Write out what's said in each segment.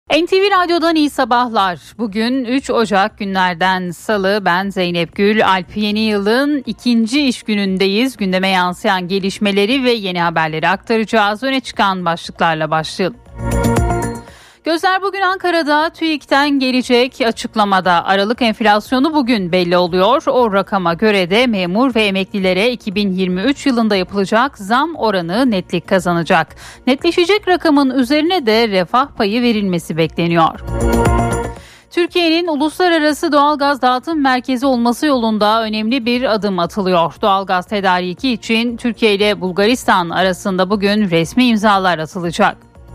NTV Radyo'dan iyi sabahlar. Bugün 3 Ocak günlerden Salı. Ben Zeynep Gül. Alp Yeni Yıl'ın ikinci iş günündeyiz. Gündeme yansıyan gelişmeleri ve yeni haberleri aktaracağız. Öne çıkan başlıklarla başlayalım. Gözler bugün Ankara'da. TÜİK'ten gelecek açıklamada Aralık enflasyonu bugün belli oluyor. O rakama göre de memur ve emeklilere 2023 yılında yapılacak zam oranı netlik kazanacak. Netleşecek rakamın üzerine de refah payı verilmesi bekleniyor. Türkiye'nin uluslararası doğalgaz dağıtım merkezi olması yolunda önemli bir adım atılıyor. Doğalgaz tedariki için Türkiye ile Bulgaristan arasında bugün resmi imzalar atılacak.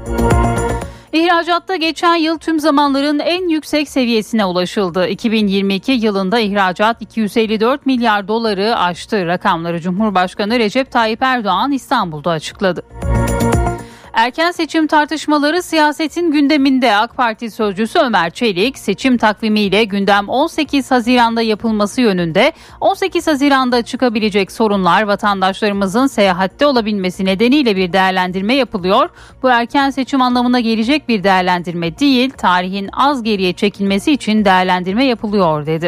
İhracatta geçen yıl tüm zamanların en yüksek seviyesine ulaşıldı. 2022 yılında ihracat 254 milyar doları aştı. Rakamları Cumhurbaşkanı Recep Tayyip Erdoğan İstanbul'da açıkladı. Erken seçim tartışmaları siyasetin gündeminde. AK Parti sözcüsü Ömer Çelik, seçim takvimiyle gündem 18 Haziran'da yapılması yönünde. 18 Haziran'da çıkabilecek sorunlar, vatandaşlarımızın seyahatte olabilmesi nedeniyle bir değerlendirme yapılıyor. Bu erken seçim anlamına gelecek bir değerlendirme değil, tarihin az geriye çekilmesi için değerlendirme yapılıyor dedi.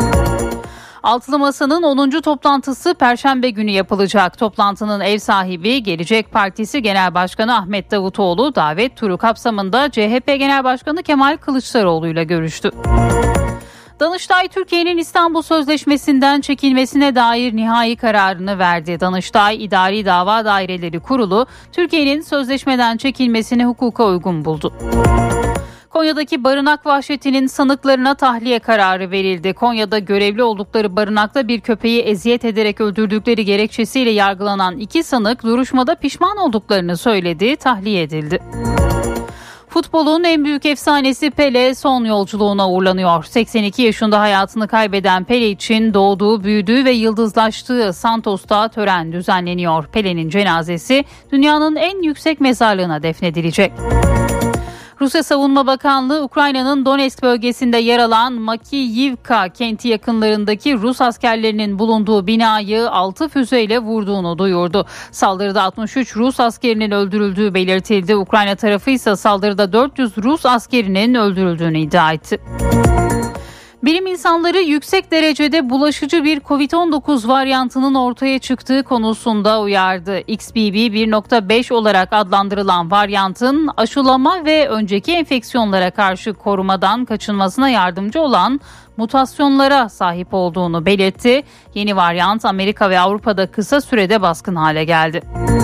Altılı Masa'nın 10. toplantısı Perşembe günü yapılacak. Toplantının ev sahibi Gelecek Partisi Genel Başkanı Ahmet Davutoğlu davet turu kapsamında CHP Genel Başkanı Kemal Kılıçdaroğlu ile görüştü. Danıştay, Türkiye'nin İstanbul Sözleşmesi'nden çekilmesine dair nihai kararını verdi. Danıştay İdari Dava Daireleri Kurulu, Türkiye'nin sözleşmeden çekilmesini hukuka uygun buldu. Konya'daki barınak vahşetinin sanıklarına tahliye kararı verildi. Konya'da görevli oldukları barınakta bir köpeği eziyet ederek öldürdükleri gerekçesiyle yargılanan 2 sanık duruşmada pişman olduklarını söyledi, tahliye edildi. Futbolun en büyük efsanesi Pele son yolculuğuna uğurlanıyor. 82 yaşında hayatını kaybeden Pele için doğduğu, büyüdüğü ve yıldızlaştığı Santos'ta tören düzenleniyor. Pele'nin cenazesi dünyanın en yüksek mezarlığına defnedilecek. Rusya Savunma Bakanlığı, Ukrayna'nın Donetsk bölgesinde yer alan Makiyivka kenti yakınlarındaki Rus askerlerinin bulunduğu binayı 6 füzeyle vurduğunu duyurdu. Saldırıda 63 Rus askerinin öldürüldüğü belirtildi. Ukrayna tarafı ise saldırıda 400 Rus askerinin öldürüldüğünü iddia etti. Bilim insanları yüksek derecede bulaşıcı bir Covid-19 varyantının ortaya çıktığı konusunda uyardı. XBB 1.5 olarak adlandırılan varyantın aşılama ve önceki enfeksiyonlara karşı korumadan kaçınmasına yardımcı olan mutasyonlara sahip olduğunu belirtti. Yeni varyant Amerika ve Avrupa'da kısa sürede baskın hale geldi.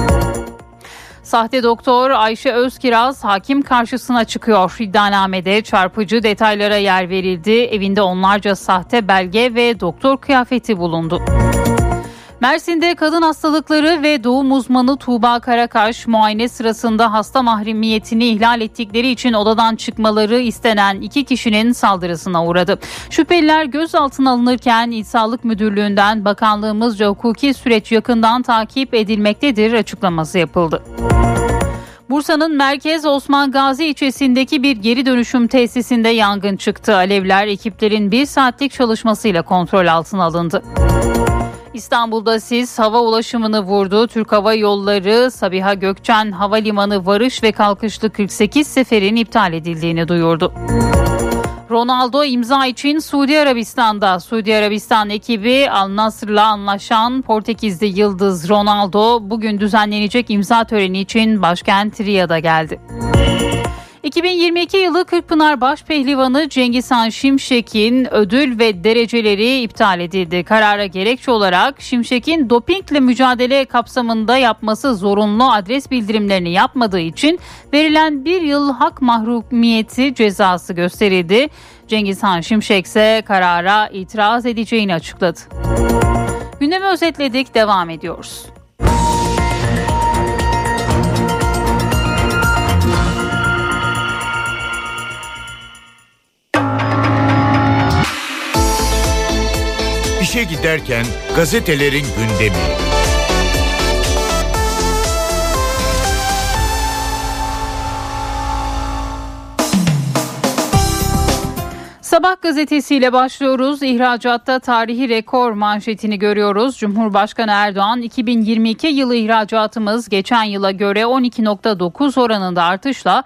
Sahte doktor Ayşe Özkiraz hakim karşısına çıkıyor. İddianamede çarpıcı detaylara yer verildi. Evinde onlarca sahte belge ve doktor kıyafeti bulundu. Mersin'de kadın hastalıkları ve doğum uzmanı Tuğba Karakaş muayene sırasında hasta mahremiyetini ihlal ettikleri için odadan çıkmaları istenen 2 kişinin saldırısına uğradı. Şüpheliler gözaltına alınırken İl Sağlık Müdürlüğü'nden bakanlığımızca hukuki süreç yakından takip edilmektedir açıklaması yapıldı. Bursa'nın merkez Osman Gazi ilçesindeki bir geri dönüşüm tesisinde yangın çıktı. Alevler ekiplerin 1 saatlik çalışmasıyla kontrol altına alındı. İstanbul'da sis hava ulaşımını vurdu. Türk Hava Yolları Sabiha Gökçen Havalimanı varış ve kalkışlı 48 seferin iptal edildiğini duyurdu. Ronaldo imza için Suudi Arabistan'da. Suudi Arabistan ekibi Al Nassr'la anlaşan Portekizli yıldız Ronaldo bugün düzenlenecek imza töreni için başkent Riyad'a geldi. 2022 yılı Kırkpınar Başpehlivanı Cengizhan Şimşek'in ödül ve dereceleri iptal edildi. Karara gerekçe olarak Şimşek'in dopingle mücadele kapsamında yapması zorunlu adres bildirimlerini yapmadığı için verilen 1 yıl hak mahrumiyeti cezası gösterildi. Cengizhan Şimşek ise karara itiraz edeceğini açıkladı. Gündemi özetledik, devam ediyoruz. İşe giderken gazetelerin gündemi. Sabah gazetesiyle başlıyoruz. İhracatta tarihi rekor manşetini görüyoruz. Cumhurbaşkanı Erdoğan 2022 yılı ihracatımız geçen yıla göre 12.9 oranında artışla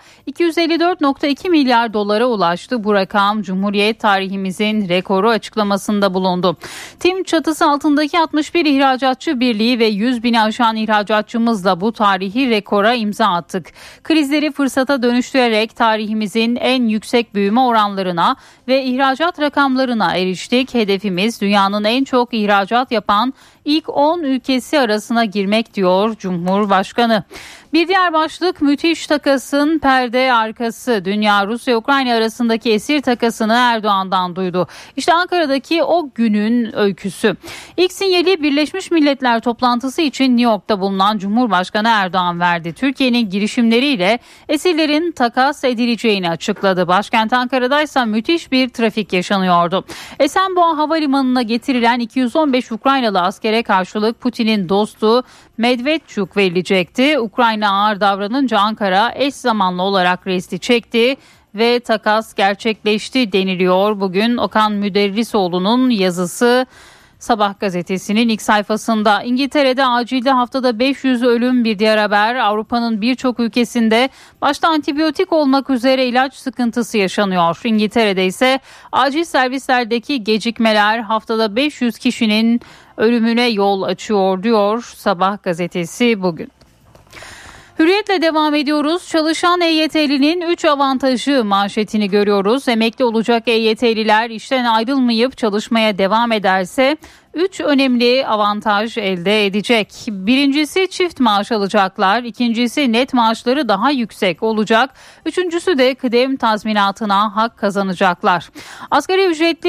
254.2 milyar dolara ulaştı. Bu rakam Cumhuriyet tarihimizin rekoru açıklamasında bulundu. TİM çatısı altındaki 61 ihracatçı birliği ve 100 bini aşan ihracatçımızla bu tarihi rekora imza attık. Krizleri fırsata dönüştürerek tarihimizin en yüksek büyüme oranlarına ve ihracat rakamlarına eriştik. Hedefimiz dünyanın en çok ihracat yapan ilk 10 ülkesi arasına girmek diyor Cumhurbaşkanı. Bir diğer başlık müthiş takasın perde arkası. Dünya Rusya-Ukrayna arasındaki esir takasını Erdoğan'dan duydu. İşte Ankara'daki o günün öyküsü. İlk sinyali Birleşmiş Milletler toplantısı için New York'ta bulunan Cumhurbaşkanı Erdoğan verdi. Türkiye'nin girişimleriyle esirlerin takas edileceğini açıkladı. Başkent Ankara'daysa müthiş bir trafik yaşanıyordu. Esenboğa Havalimanı'na getirilen 215 Ukraynalı askere karşılık Putin'in dostu Medvedçuk verilecekti. Ukrayna ağır davranınca Ankara eş zamanlı olarak resti çekti ve takas gerçekleşti deniliyor. Bugün Okan Müderrisoğlu'nun yazısı Sabah gazetesinin ilk sayfasında. İngiltere'de acilde haftada 500 ölüm, bir diğer haber. Avrupa'nın birçok ülkesinde başta antibiyotik olmak üzere ilaç sıkıntısı yaşanıyor. İngiltere'de ise acil servislerdeki gecikmeler haftada 500 kişinin ölümüne yol açıyor diyor Sabah gazetesi bugün. Hürriyetle devam ediyoruz. Çalışan EYT'linin 3 avantajı manşetini görüyoruz. Emekli olacak EYT'liler işten ayrılmayıp çalışmaya devam ederse 3 önemli avantaj elde edecek. Birincisi çift maaş alacaklar. İkincisi net maaşları daha yüksek olacak. Üçüncüsü de kıdem tazminatına hak kazanacaklar. Asgari ücretli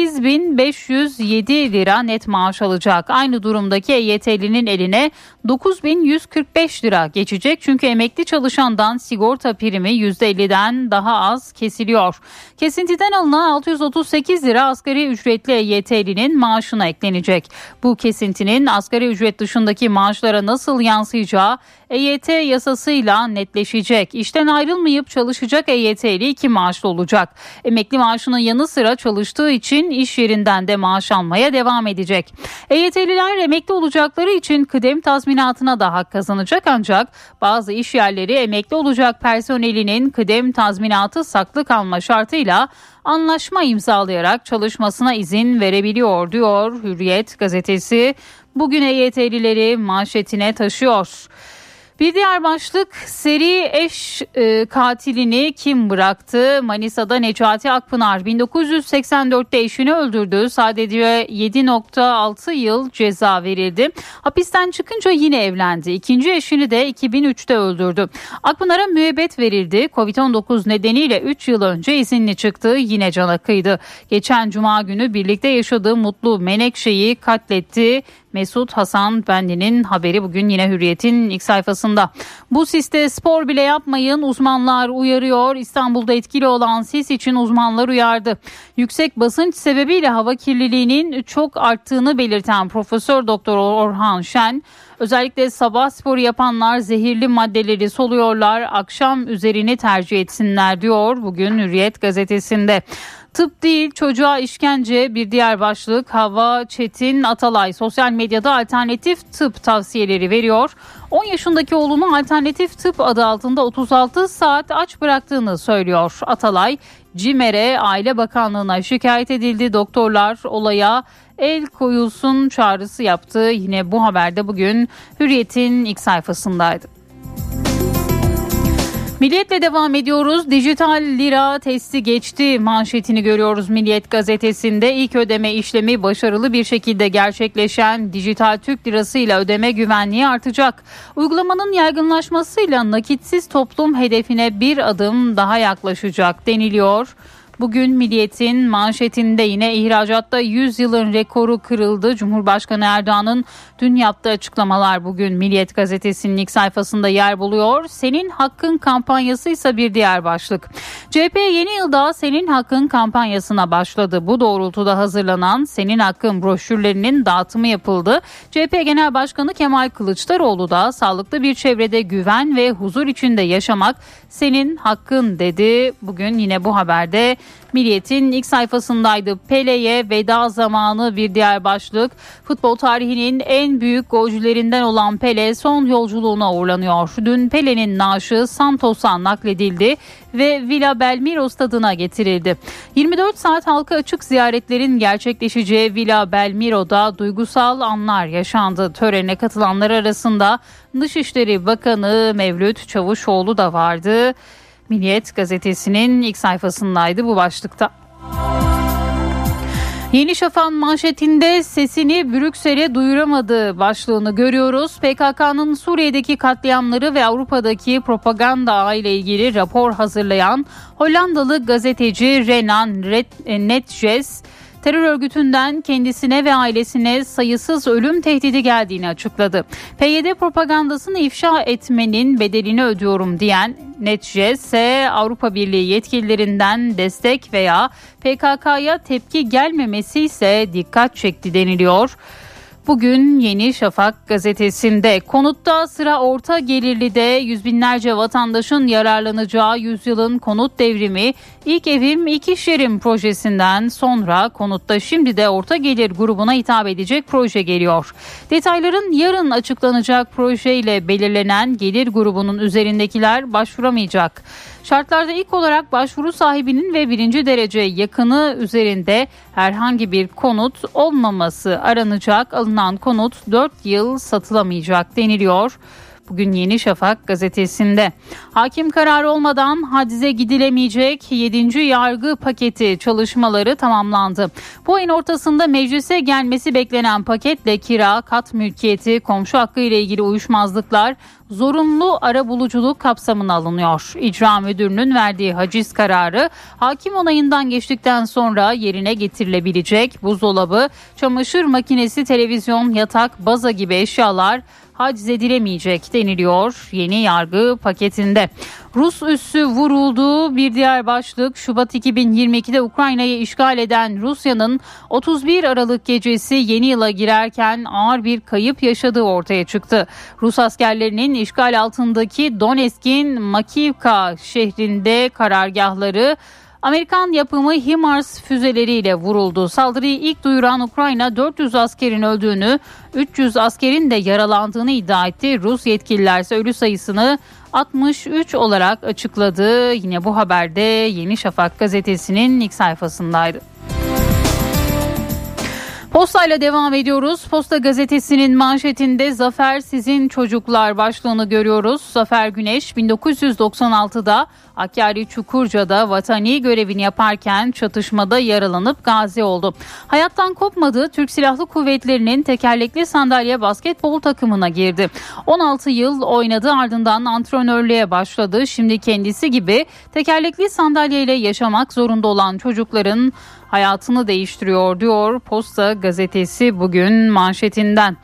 8.507 lira net maaş alacak. Aynı durumdaki EYT'linin eline 9.145 lira geçecek. Çünkü emekli çalışandan sigorta primi %50'den daha az kesiliyor. Kesintiden alınan 638 lira asgari ücretli EYT'linin maaşına eklenecek. Bu kesintinin asgari ücret dışındaki maaşlara nasıl yansıyacağı EYT yasasıyla netleşecek. İşten ayrılmayıp çalışacak EYT'li 2 maaşlı olacak. Emekli maaşının yanı sıra çalıştığı için iş yerinden de maaş almaya devam edecek. EYT'liler emekli olacakları için kıdem tazminatına da hak kazanacak, ancak bazı iş yerleri emekli olacak personelinin kıdem tazminatı saklı kalma şartıyla anlaşma imzalayarak çalışmasına izin verebiliyor diyor Hürriyet gazetesi. Bugün EYT'lileri manşetine taşıyor. Bir diğer başlık, seri eş katilini kim bıraktı? Manisa'da Necati Akpınar 1984'te eşini öldürdü. Sadece 7.6 yıl ceza verildi. Hapisten çıkınca yine evlendi. İkinci eşini de 2003'te öldürdü. Akpınar'a müebbet verildi. Covid-19 nedeniyle 3 yıl önce izinli çıktı. Yine cana kıydı. Geçen cuma günü birlikte yaşadığı Mutlu Menekşe'yi katletti. Mesut Hasan Benli'nin haberi bugün yine Hürriyet'in ilk sayfasında. Bu siste spor bile yapmayın, uzmanlar uyarıyor. İstanbul'da etkili olan sis için uzmanlar uyardı. Yüksek basınç sebebiyle hava kirliliğinin çok arttığını belirten Profesör Doktor Orhan Şen, özellikle sabah sporu yapanlar zehirli maddeleri soluyorlar, akşam üzerini tercih etsinler diyor bugün Hürriyet gazetesinde. Tıp değil çocuğa işkence bir diğer başlık. Hava Çetin Atalay sosyal medyada alternatif tıp tavsiyeleri veriyor. 10 yaşındaki oğlunu alternatif tıp adı altında 36 saat aç bıraktığını söylüyor. Atalay, CİMER'e Aile Bakanlığı'na şikayet edildi. Doktorlar olaya el koyulsun çağrısı yaptı. Yine bu haberde bugün Hürriyet'in ilk sayfasındaydı. Milliyet'le devam ediyoruz. Dijital lira testi geçti manşetini görüyoruz Milliyet gazetesinde. İlk ödeme işlemi başarılı bir şekilde gerçekleşen dijital Türk lirasıyla ödeme güvenliği artacak. Uygulamanın yaygınlaşmasıyla nakitsiz toplum hedefine bir adım daha yaklaşacak deniliyor. Bugün Milliyet'in manşetinde yine ihracatta 100 yılın rekoru kırıldı. Cumhurbaşkanı Erdoğan'ın dün yaptığı açıklamalar bugün Milliyet gazetesinin ilk sayfasında yer buluyor. Senin Hakkın kampanyası ise bir diğer başlık. CHP yeni yılda Senin Hakkın kampanyasına başladı. Bu doğrultuda hazırlanan Senin Hakkın broşürlerinin dağıtımı yapıldı. CHP Genel Başkanı Kemal Kılıçdaroğlu da sağlıklı bir çevrede güven ve huzur içinde yaşamak senin hakkın dedi. Bugün yine bu haberde Milliyet'in ilk sayfasındaydı. Pele'ye veda zamanı bir diğer başlık. Futbol tarihinin en büyük golcülerinden olan Pele son yolculuğuna uğurlanıyor. Dün Pele'nin naaşı Santos'a nakledildi ve Villa Belmiro stadına getirildi. 24 saat halka açık ziyaretlerin gerçekleşeceği Villa Belmiro'da duygusal anlar yaşandı. Törene katılanlar arasında Dışişleri Bakanı Mevlüt Çavuşoğlu da vardı. Milliyet gazetesinin ilk sayfasındaydı bu başlıkta. Yeni Şafak'ın manşetinde sesini Brüksel'e duyuramadığı başlığını görüyoruz. PKK'nın Suriye'deki katliamları ve Avrupa'daki propaganda ile ilgili rapor hazırlayan Hollandalı gazeteci Renan Netjes, terör örgütünden kendisine ve ailesine sayısız ölüm tehdidi geldiğini açıkladı. PYD propagandasını ifşa etmenin bedelini ödüyorum diyen Netjes ise Avrupa Birliği yetkililerinden destek veya PKK'ya tepki gelmemesi ise dikkat çekti deniliyor. Bugün Yeni Şafak gazetesinde konutta sıra orta gelirlide yüz binlerce vatandaşın yararlanacağı yüzyılın konut devrimi ilk evim ilk iş yerim projesinden sonra konutta şimdi de orta gelir grubuna hitap edecek proje geliyor. Detayların yarın açıklanacak projeyle belirlenen gelir grubunun üzerindekiler başvuramayacak. Şartlarda ilk olarak başvuru sahibinin ve birinci derece yakını üzerinde herhangi bir konut olmaması aranacak. Alınan konut 4 yıl satılamayacak deniliyor. Bugün Yeni Şafak gazetesinde. Hakim kararı olmadan hacize gidilemeyecek 7. yargı paketi çalışmaları tamamlandı. Bu ayın ortasında meclise gelmesi beklenen paketle kira, kat mülkiyeti, komşu hakkı ile ilgili uyuşmazlıklar zorunlu arabuluculuk kapsamına alınıyor. İcra müdürünün verdiği haciz kararı hakim onayından geçtikten sonra yerine getirilebilecek. Buzdolabı, çamaşır makinesi, televizyon, yatak, baza gibi eşyalar haciz edilemeyecek deniliyor yeni yargı paketinde. Rus üssü vuruldu. Bir diğer başlık Şubat 2022'de Ukrayna'yı işgal eden Rusya'nın 31 Aralık gecesi yeni yıla girerken ağır bir kayıp yaşadığı ortaya çıktı. Rus askerlerinin işgal altındaki Donetsk'in Makivka şehrinde karargahları Amerikan yapımı HIMARS füzeleriyle vuruldu. Saldırıyı ilk duyuran Ukrayna 400 askerin öldüğünü, 300 askerin de yaralandığını iddia etti. Rus yetkililer ise ölü sayısını 63 olarak açıkladı. Yine bu haberde Yeni Şafak gazetesinin ilk sayfasındaydı. Postayla devam ediyoruz. Posta gazetesinin manşetinde Zafer Sizin Çocuklar başlığını görüyoruz. Zafer Güneş 1996'da Hakkari Çukurca'da vatani görevini yaparken çatışmada yaralanıp gazi oldu. Hayattan kopmadığı Türk Silahlı Kuvvetleri'nin tekerlekli sandalye basketbol takımına girdi. 16 yıl oynadı, ardından antrenörlüğe başladı. Şimdi kendisi gibi tekerlekli sandalyeyle yaşamak zorunda olan çocukların hayatını değiştiriyor diyor Posta gazetesi bugün manşetinden.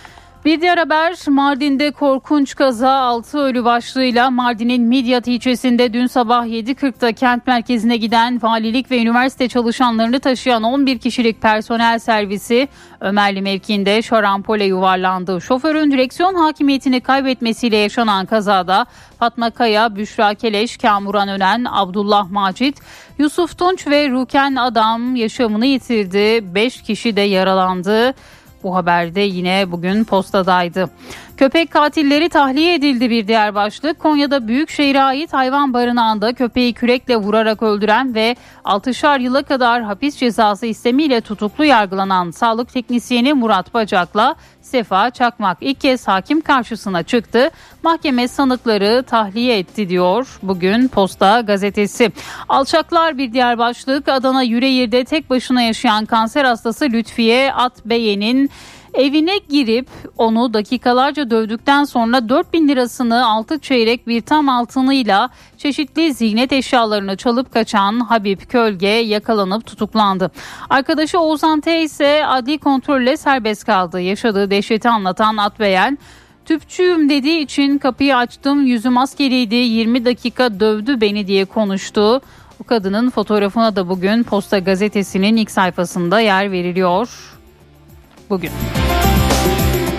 Bir diğer haber Mardin'de korkunç kaza 6 ölü başlığıyla Mardin'in Midyat ilçesinde dün sabah 7.40'da kent merkezine giden valilik ve üniversite çalışanlarını taşıyan 11 kişilik personel servisi Ömerli mevkiinde şarampole yuvarlandı. Şoförün direksiyon hakimiyetini kaybetmesiyle yaşanan kazada Fatma Kaya, Büşra Keleş, Kamuran Önen, Abdullah Macit, Yusuf Tunç ve Ruken Adam yaşamını yitirdi. 5 kişi de yaralandı. Bu haberde yine bugün postadaydı. Köpek katilleri tahliye edildi bir diğer başlık. Konya'da Büyükşehir'e ait hayvan barınağında köpeği kürekle vurarak öldüren ve 6'şar yıla kadar hapis cezası istemiyle tutuklu yargılanan sağlık teknisyeni Murat Bacak'la Sefa Çakmak ilk kez hakim karşısına çıktı. Mahkeme sanıkları tahliye etti diyor bugün Posta gazetesi. Alçaklar bir diğer başlık. Adana Yüreğir'de tek başına yaşayan kanser hastası Lütfiye Atbeye'nin evine girip onu dakikalarca dövdükten sonra 4.000 lirasını 6 çeyrek bir tam altınıyla çeşitli ziynet eşyalarını çalıp kaçan Habib Kölge yakalanıp tutuklandı. Arkadaşı Oğuzhan T ise adli kontrolle serbest kaldı. Yaşadığı dehşeti anlatan Atbeyen, "Tüpçüyüm dediği için kapıyı açtım, yüzü maskeliydi, 20 dakika dövdü beni" diye konuştu. Bu kadının fotoğrafına da bugün Posta gazetesinin ilk sayfasında yer veriliyor. Bugün. Cumhuriyet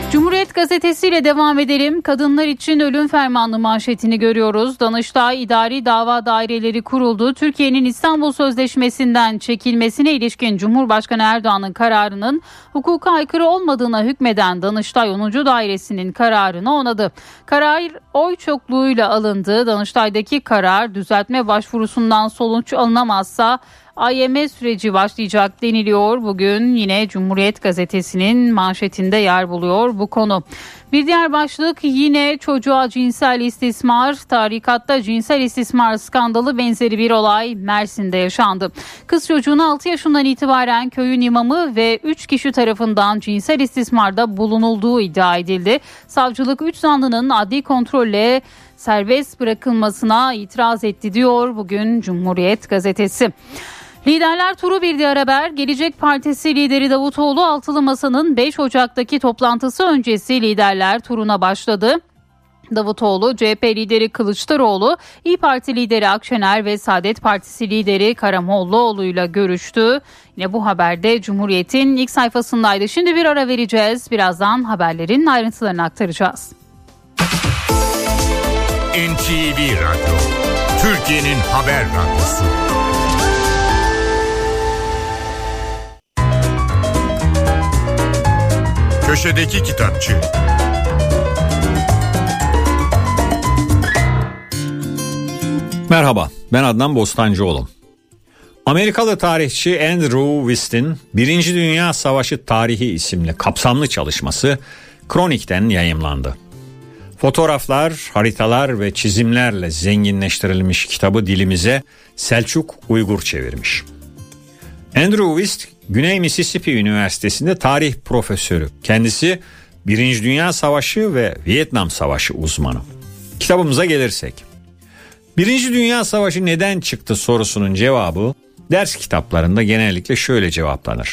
Cumhuriyet gazetesiyle devam edelim. Kadınlar için ölüm fermanlı manşetini görüyoruz. Danıştay İdari Dava Daireleri kuruldu. Türkiye'nin İstanbul Sözleşmesi'nden çekilmesine ilişkin Cumhurbaşkanı Erdoğan'ın kararının hukuka aykırı olmadığına hükmeden Danıştay 10. Dairesi'nin kararını onadı. Karar oy çokluğuyla alındı. Danıştay'daki karar düzeltme başvurusundan sonuç alınamazsa AYM süreci başlayacak deniliyor. Bugün yine Cumhuriyet gazetesinin manşetinde yer buluyor bu konu. Bir diğer başlık yine çocuğa cinsel istismar. Tarikatta cinsel istismar skandalı benzeri bir olay Mersin'de yaşandı. Kız çocuğuna 6 yaşından itibaren köyün imamı ve 3 kişi tarafından cinsel istismarda bulunulduğu iddia edildi. Savcılık 3 zanlının adli kontrolle serbest bırakılmasına itiraz etti diyor bugün Cumhuriyet gazetesi. Liderler turu bir diğer haber. Gelecek Partisi lideri Davutoğlu Altılı Masa'nın 5 Ocak'taki toplantısı öncesi liderler turuna başladı. Davutoğlu, CHP lideri Kılıçdaroğlu, İYİ Parti lideri Akşener ve Saadet Partisi lideri Karamollaoğlu'yla görüştü. Yine bu haberde Cumhuriyet'in ilk sayfasındaydı. Şimdi bir ara vereceğiz. Birazdan haberlerin ayrıntılarını aktaracağız. NTV Radyo, Türkiye'nin haber radyosu. Köşedeki Kitapçı. Merhaba, ben Adnan Bostancıoğlu. Amerikalı tarihçi Andrew West'in 1. Dünya Savaşı Tarihi isimli kapsamlı çalışması Kronik'ten yayımlandı. Fotoğraflar, haritalar ve çizimlerle zenginleştirilmiş kitabı dilimize Selçuk Uygur çevirmiş. Andrew West, Güney Mississippi Üniversitesi'nde tarih profesörü. Kendisi 1. Dünya Savaşı ve Vietnam Savaşı uzmanı. Kitabımıza gelirsek. 1. Dünya Savaşı neden çıktı sorusunun cevabı ders kitaplarında genellikle şöyle cevaplanır.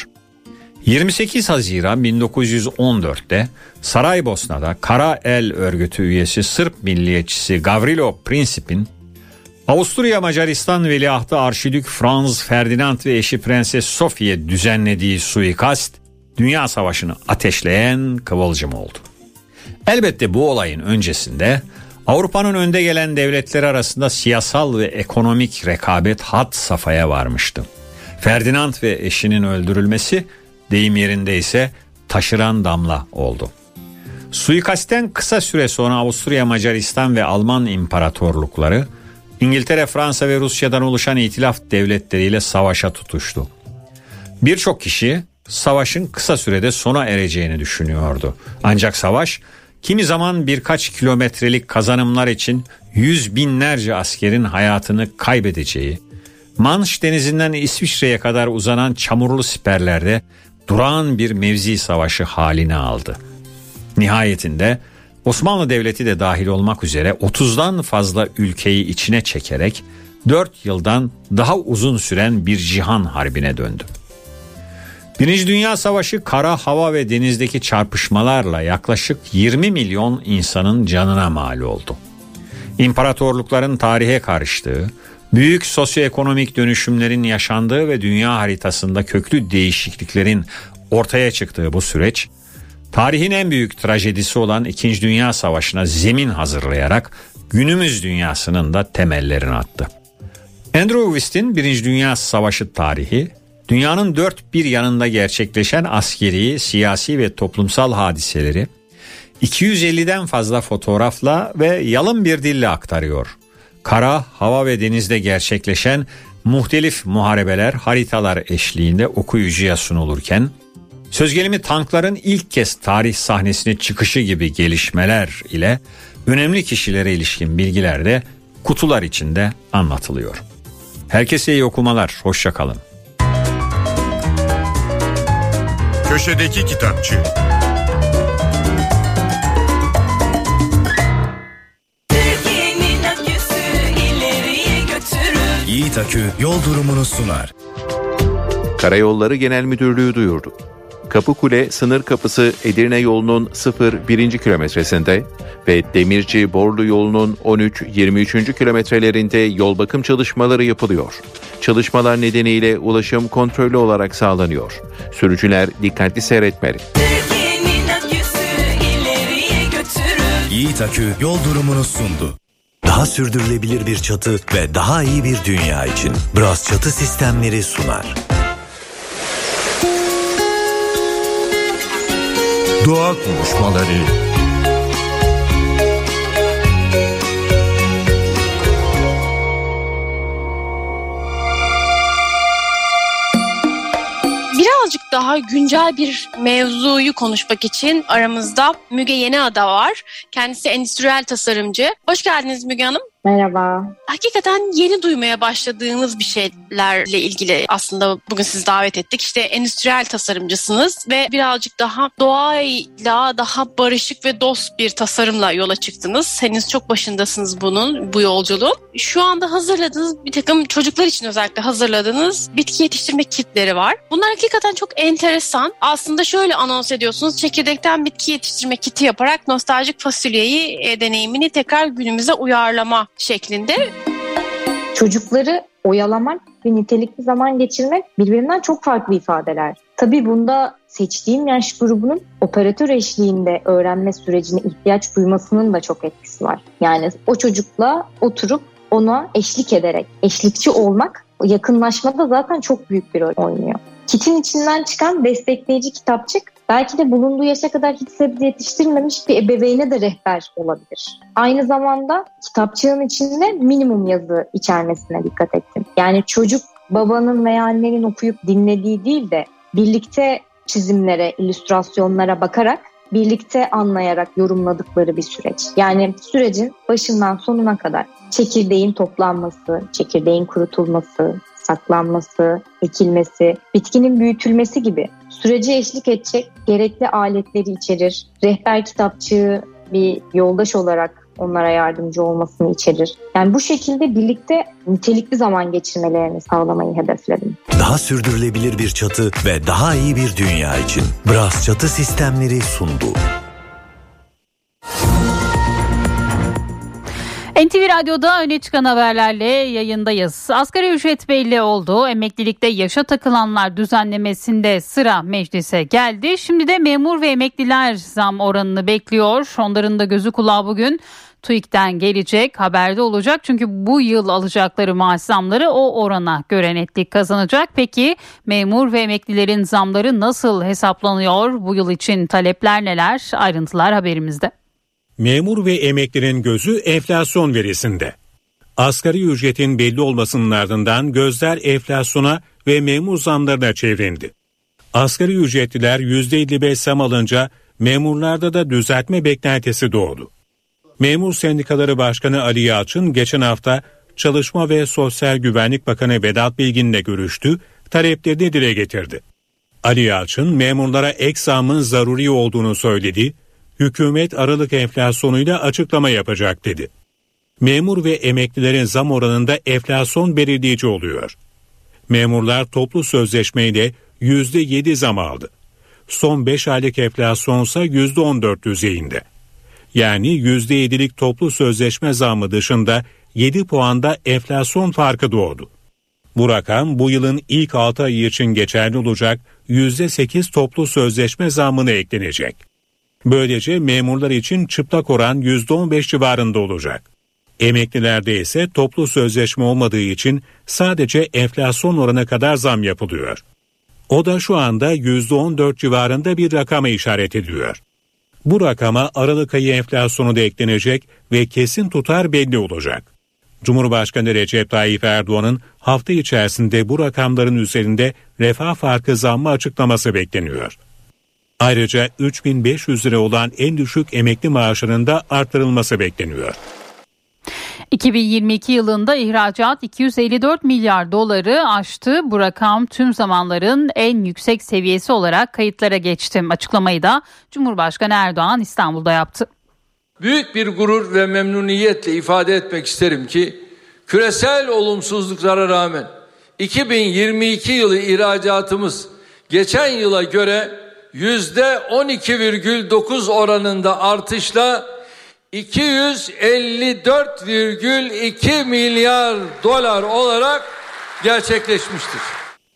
28 Haziran 1914'te Saraybosna'da Kara El Örgütü üyesi Sırp milliyetçisi Gavrilo Princip'in Avusturya Macaristan Veliahtı Arşidük Franz Ferdinand ve eşi Prenses Sofie düzenlediği suikast Dünya Savaşı'nı ateşleyen kıvılcım oldu. Elbette bu olayın öncesinde Avrupa'nın önde gelen devletleri arasında siyasal ve ekonomik rekabet had safhaya varmıştı. Ferdinand ve eşinin öldürülmesi deyim yerindeyse taşıran damla oldu. Suikastten kısa süre sonra Avusturya, Macaristan ve Alman imparatorlukları İngiltere, Fransa ve Rusya'dan oluşan itilaf devletleriyle savaşa tutuştu. Birçok kişi savaşın kısa sürede sona ereceğini düşünüyordu. Ancak savaş kimi zaman birkaç kilometrelik kazanımlar için yüz binlerce askerin hayatını kaybedeceği, Manş Denizi'nden İsviçre'ye kadar uzanan çamurlu siperlerde durağan bir mevzi savaşı halini aldı. Nihayetinde Osmanlı Devleti de dahil olmak üzere 30'dan fazla ülkeyi içine çekerek 4 yıldan daha uzun süren bir cihan harbine döndü. Birinci Dünya Savaşı kara, hava ve denizdeki çarpışmalarla yaklaşık 20 milyon insanın canına mal oldu. İmparatorlukların tarihe karıştığı, büyük sosyoekonomik dönüşümlerin yaşandığı ve dünya haritasında köklü değişikliklerin ortaya çıktığı bu süreç, tarihin en büyük trajedisi olan 2. Dünya Savaşı'na zemin hazırlayarak günümüz dünyasının da temellerini attı. Andrew West'in 1. Dünya Savaşı tarihi, dünyanın dört bir yanında gerçekleşen askeri, siyasi ve toplumsal hadiseleri 250'den fazla fotoğrafla ve yalın bir dille aktarıyor. Kara, hava ve denizde gerçekleşen muhtelif muharebeler haritalar eşliğinde okuyucuya sunulurken, söz gelimi tankların ilk kez tarih sahnesine çıkışı gibi gelişmeler ile önemli kişilere ilişkin bilgiler de kutular içinde anlatılıyor. Herkese iyi okumalar, hoşça kalın. Köşedeki Kitapçı. Türkiye'nin aküsü ileriye götürür. Yiğit Akü yol durumunu sunar. Karayolları Genel Müdürlüğü duyurdu. Kapıkule sınır kapısı Edirne yolunun 0-1. kilometresinde ve Demirci-Borlu yolunun 13-23. kilometrelerinde yol bakım çalışmaları yapılıyor. Çalışmalar nedeniyle ulaşım kontrollü olarak sağlanıyor. Sürücüler dikkatli seyretmeli. Türkiye'nin aküsü ileri Yiğit Akü yol durumunu sundu. Daha sürdürülebilir bir çatı ve daha iyi bir dünya için Bras Çatı Sistemleri sunar. Doğa konuşmaları. Birazcık daha güncel bir mevzuyu konuşmak için aramızda Müge Yeniada var. Kendisi endüstriyel tasarımcı. Hoş geldiniz Müge Hanım. Merhaba. Hakikaten yeni duymaya başladığınız bir şeylerle ilgili aslında bugün sizi davet ettik. İşte endüstriyel tasarımcısınız ve birazcık daha doğayla daha barışık ve dost bir tasarımla yola çıktınız. Henüz çok başındasınız bu yolculuğun. Şu anda hazırladığınız bir takım çocuklar için özellikle hazırladığınız bitki yetiştirme kitleri var. Bunlar hakikaten çok enteresan. Aslında şöyle anons ediyorsunuz. Çekirdekten bitki yetiştirme kiti yaparak nostaljik fasulyeyi deneyimini tekrar günümüze uyarlama şeklinde. Çocukları oyalamak ve nitelikli zaman geçirmek birbirinden çok farklı ifadeler. Tabii bunda seçtiğim yaş grubunun operatör eşliğinde öğrenme sürecine ihtiyaç duymasının da çok etkisi var. Yani o çocukla oturup ona eşlik ederek, eşlikçi olmak yakınlaşmada zaten çok büyük bir rol oynuyor. Kitin içinden çıkan destekleyici kitapçık belki de bulunduğu yaşa kadar hiç sebze yetiştirmemiş bir ebeveyne de rehber olabilir. Aynı zamanda kitapçığın içinde minimum yazı içermesine dikkat ettim. Yani çocuk babanın veya annenin okuyup dinlediği değil de birlikte çizimlere, illüstrasyonlara bakarak, birlikte anlayarak yorumladıkları bir süreç. Yani sürecin başından sonuna kadar çekirdeğin toplanması, çekirdeğin kurutulması, saklanması, ekilmesi, bitkinin büyütülmesi gibi sürece eşlik edecek gerekli aletleri içerir. Rehber kitapçığı bir yoldaş olarak onlara yardımcı olmasını içerir. Yani bu şekilde birlikte nitelikli zaman geçirmelerini sağlamayı hedefledim. Daha sürdürülebilir bir çatı ve daha iyi bir dünya için Bras Çatı Sistemleri sundu. NTV Radyo'da öne çıkan haberlerle yayındayız. Asgari ücret belli oldu. Emeklilikte yaşa takılanlar düzenlemesinde sıra meclise geldi. Şimdi de memur ve emekliler zam oranını bekliyor. Onların da gözü kulağı bugün TÜİK'ten gelecek, haberde olacak. Çünkü bu yıl alacakları maaş zamları o orana göre netlik kazanacak. Peki memur ve emeklilerin zamları nasıl hesaplanıyor? Bu yıl için talepler neler? Ayrıntılar haberimizde. Memur ve emeklinin gözü enflasyon verisinde. Asgari ücretin belli olmasının ardından gözler enflasyona ve memur zamlarına çevrildi. Asgari ücretliler %55 zam alınca memurlarda da düzeltme beklentisi doğdu. Memur Sendikaları Başkanı Ali Yalçın geçen hafta Çalışma ve Sosyal Güvenlik Bakanı Vedat Bilgin'le görüştü, taleplerini dile getirdi. Ali Yalçın memurlara ek zamın zaruri olduğunu söyledi. Hükümet Aralık enflasyonuyla açıklama yapacak dedi. Memur ve emeklilerin zam oranında enflasyon belirleyici oluyor. Memurlar toplu sözleşmeyle %7 zam aldı. Son 5 aylık enflasyonsa %14 düzeyinde. Yani %7'lik toplu sözleşme zammı dışında 7 puanda enflasyon farkı doğdu. Bu rakam bu yılın ilk 6 ayı için geçerli olacak %8 toplu sözleşme zammına eklenecek. Böylece memurlar için çıplak oran %15 civarında olacak. Emeklilerde ise toplu sözleşme olmadığı için sadece enflasyon oranı kadar zam yapılıyor. O da şu anda %14 civarında bir rakama işaret ediyor. Bu rakama Aralık ayı enflasyonu da eklenecek ve kesin tutar belli olacak. Cumhurbaşkanı Recep Tayyip Erdoğan'ın hafta içerisinde bu rakamların üzerinde refah farkı zammı açıklaması bekleniyor. Ayrıca 3.500 lira olan en düşük emekli maaşının da artırılması bekleniyor. 2022 yılında ihracat 254 milyar doları aştı. Bu rakam tüm zamanların en yüksek seviyesi olarak kayıtlara geçti. Açıklamayı da Cumhurbaşkanı Erdoğan İstanbul'da yaptı. Büyük bir gurur ve memnuniyetle ifade etmek isterim ki küresel olumsuzluklara rağmen 2022 yılı ihracatımız geçen yıla göre %12,9 oranında artışla 254,2 milyar dolar olarak gerçekleşmiştir.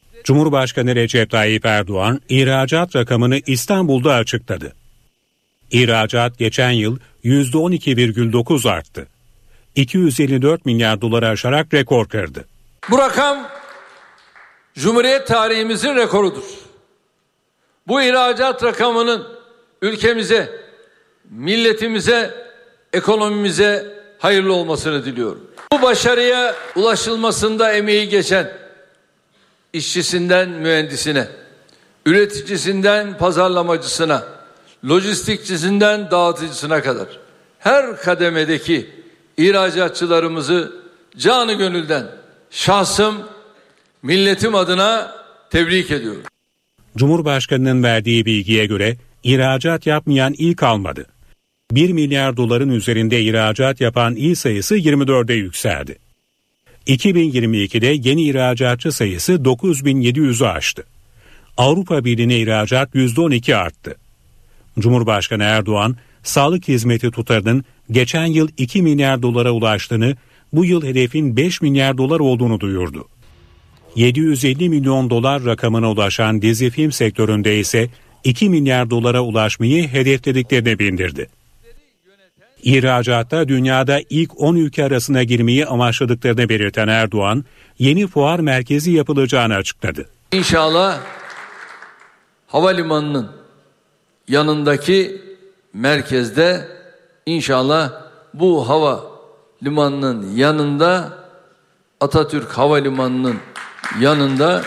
Cumhurbaşkanı Recep Tayyip Erdoğan ihracat rakamını İstanbul'da açıkladı. İhracat geçen yıl %12,9 arttı. 254 milyar doları aşarak rekor kırdı. Bu rakam Cumhuriyet tarihimizin rekorudur. Bu ihracat rakamının ülkemize, milletimize, ekonomimize hayırlı olmasını diliyorum. Bu başarıya ulaşılmasında emeği geçen işçisinden mühendisine, üreticisinden pazarlamacısına, lojistikçisinden dağıtıcısına kadar her kademedeki ihracatçılarımızı canı gönülden şahsım, milletim adına tebrik ediyorum. Cumhurbaşkanının verdiği bilgiye göre ihracat yapmayan il kalmadı. 1 milyar doların üzerinde ihracat yapan il sayısı 24'e yükseldi. 2022'de yeni ihracatçı sayısı 9.700'ü aştı. Avrupa Birliği'ne ihracat %12 arttı. Cumhurbaşkanı Erdoğan, sağlık hizmeti tutarının geçen yıl 2 milyar dolara ulaştığını, bu yıl hedefin 5 milyar dolar olduğunu duyurdu. 750 milyon dolar rakamına ulaşan dizi film sektöründe ise 2 milyar dolara ulaşmayı hedeflediklerini bildirdi. İhracatta dünyada ilk 10 ülke arasına girmeyi amaçladıklarını belirten Erdoğan, yeni fuar merkezi yapılacağını açıkladı. İnşallah havalimanının yanındaki merkezde, inşallah bu havalimanının yanında, Atatürk Havalimanı'nın yanında,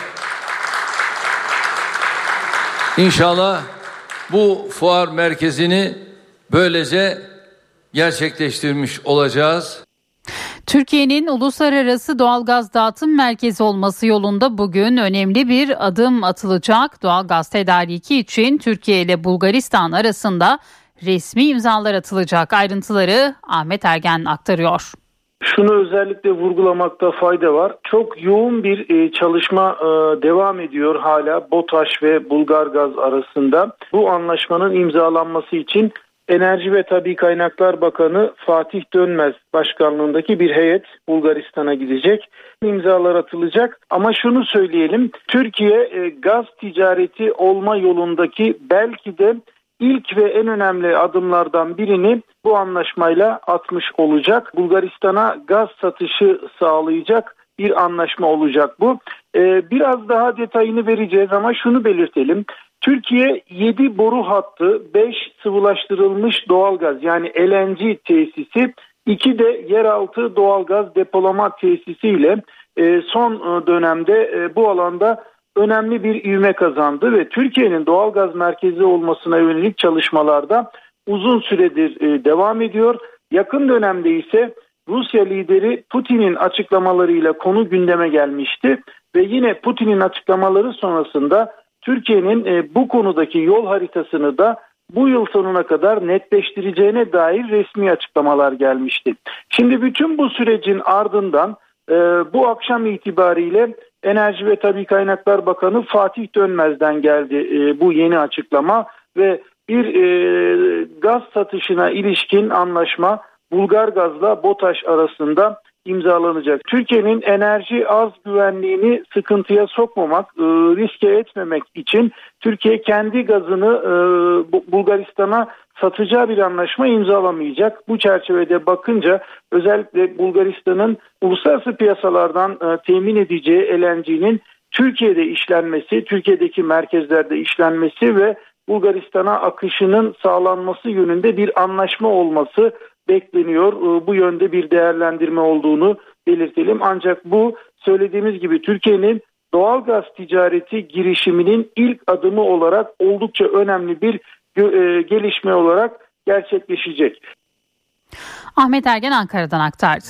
İnşallah bu fuar merkezini böylece gerçekleştirmiş olacağız. Türkiye'nin uluslararası doğalgaz dağıtım merkezi olması yolunda bugün önemli bir adım atılacak. Doğalgaz tedariki için Türkiye ile Bulgaristan arasında resmi imzalar atılacak. Ayrıntıları Ahmet Ergen aktarıyor. Şunu özellikle vurgulamakta fayda var. Çok yoğun bir çalışma devam ediyor hala BOTAŞ ve Bulgargaz arasında. Bu anlaşmanın imzalanması için Enerji ve Tabii Kaynaklar Bakanı Fatih Dönmez başkanlığındaki bir heyet Bulgaristan'a gidecek. İmzalar atılacak ama şunu söyleyelim, Türkiye gaz ticareti olma yolundaki belki de İlk ve en önemli adımlardan birini bu anlaşmayla atmış olacak. Bulgaristan'a gaz satışı sağlayacak bir anlaşma olacak bu. Biraz daha detayını vereceğiz ama şunu belirtelim. Türkiye 7 boru hattı, 5 sıvılaştırılmış doğalgaz yani LNG tesisi, 2 de yeraltı doğalgaz depolama tesisiyle son dönemde bu alanda önemli bir ivme kazandı ve Türkiye'nin doğalgaz merkezi olmasına yönelik çalışmalarda uzun süredir devam ediyor. Yakın dönemde ise Rusya lideri Putin'in açıklamalarıyla konu gündeme gelmişti ve yine Putin'in açıklamaları sonrasında Türkiye'nin bu konudaki yol haritasını da bu yıl sonuna kadar netleştireceğine dair resmi açıklamalar gelmişti. Şimdi bütün bu sürecin ardından bu akşam itibariyle Enerji ve Tabii Kaynaklar Bakanı Fatih Dönmez'den geldi bu yeni açıklama ve bir gaz satışına ilişkin anlaşma Bulgargaz'la BOTAŞ arasında imzalanacak. Türkiye'nin enerji arz güvenliğini sıkıntıya sokmamak, riske etmemek için Türkiye kendi gazını Bulgaristan'a satacağı bir anlaşma imzalamayacak. Bu çerçevede bakınca özellikle Bulgaristan'ın uluslararası piyasalardan temin edeceği LNG'nin Türkiye'de işlenmesi, Türkiye'deki merkezlerde işlenmesi ve Bulgaristan'a akışının sağlanması yönünde bir anlaşma olması bekleniyor. Bu yönde bir değerlendirme olduğunu belirtelim. Ancak bu söylediğimiz gibi Türkiye'nin doğalgaz ticareti girişiminin ilk adımı olarak oldukça önemli bir gelişme olarak gerçekleşecek. Ahmet Ergen Ankara'dan aktardı.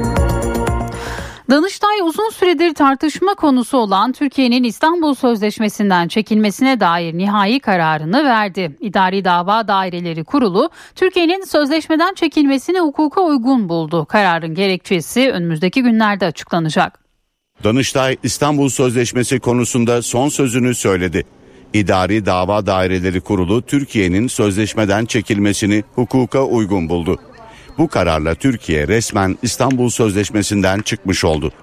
Danıştay uzun süredir tartışma konusu olan Türkiye'nin İstanbul Sözleşmesi'nden çekilmesine dair nihai kararını verdi. İdari Dava Daireleri Kurulu Türkiye'nin sözleşmeden çekilmesini hukuka uygun buldu. Kararın gerekçesi önümüzdeki günlerde açıklanacak. Danıştay İstanbul Sözleşmesi konusunda son sözünü söyledi. İdari Dava Daireleri Kurulu Türkiye'nin sözleşmeden çekilmesini hukuka uygun buldu. Bu kararla Türkiye resmen İstanbul Sözleşmesi'nden çıkmış oldu.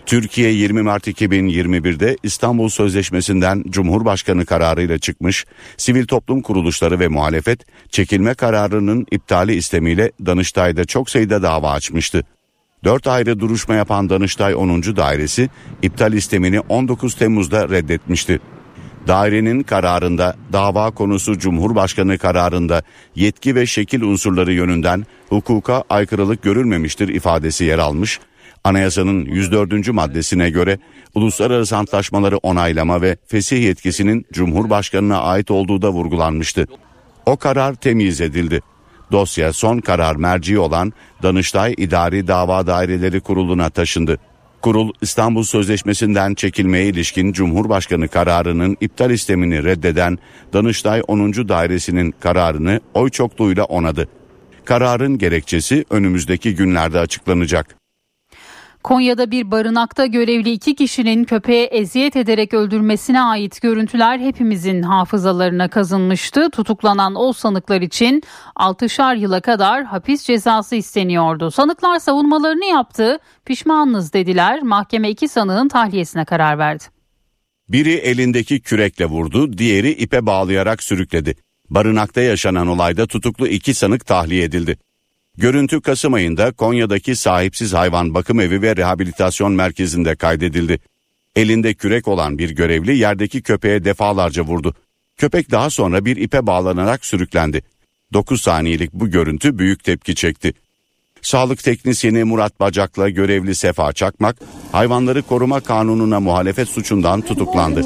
Türkiye 20 Mart 2021'de İstanbul Sözleşmesi'nden Cumhurbaşkanı kararıyla çıkmış, sivil toplum kuruluşları ve muhalefet çekilme kararının iptali istemiyle Danıştay'da çok sayıda dava açmıştı. 4 ayrı duruşma yapan Danıştay 10. Dairesi iptal istemini 19 Temmuz'da reddetmişti. Dairenin kararında dava konusu Cumhurbaşkanı kararında yetki ve şekil unsurları yönünden hukuka aykırılık görülmemiştir ifadesi yer almış. Anayasanın 104. maddesine göre uluslararası antlaşmaları onaylama ve fesih yetkisinin Cumhurbaşkanına ait olduğu da vurgulanmıştı. O karar temyiz edildi. Dosya son karar merci olan Danıştay İdari Dava Daireleri Kurulu'na taşındı. Kurul, İstanbul Sözleşmesi'nden çekilmeye ilişkin Cumhurbaşkanı kararının iptal istemini reddeden Danıştay 10. Dairesi'nin kararını oy çokluğuyla onadı. Kararın gerekçesi önümüzdeki günlerde açıklanacak. Konya'da bir barınakta görevli 2 kişinin köpeğe eziyet ederek öldürmesine ait görüntüler hepimizin hafızalarına kazınmıştı. Tutuklanan o sanıklar için 6'şar yıla kadar hapis cezası isteniyordu. Sanıklar savunmalarını yaptı, pişmanız dediler. Mahkeme 2 sanığın tahliyesine karar verdi. Biri elindeki kürekle vurdu, diğeri ipe bağlayarak sürükledi. Barınakta yaşanan olayda tutuklu 2 sanık tahliye edildi. Görüntü Kasım ayında Konya'daki sahipsiz hayvan bakım evi ve rehabilitasyon merkezinde kaydedildi. Elinde kürek olan bir görevli yerdeki köpeğe defalarca vurdu. Köpek daha sonra bir ipe bağlanarak sürüklendi. 9 saniyelik bu görüntü büyük tepki çekti. Sağlık teknisyeni Murat Bacak'la görevli Sefa Çakmak, hayvanları koruma kanununa muhalefet suçundan tutuklandı.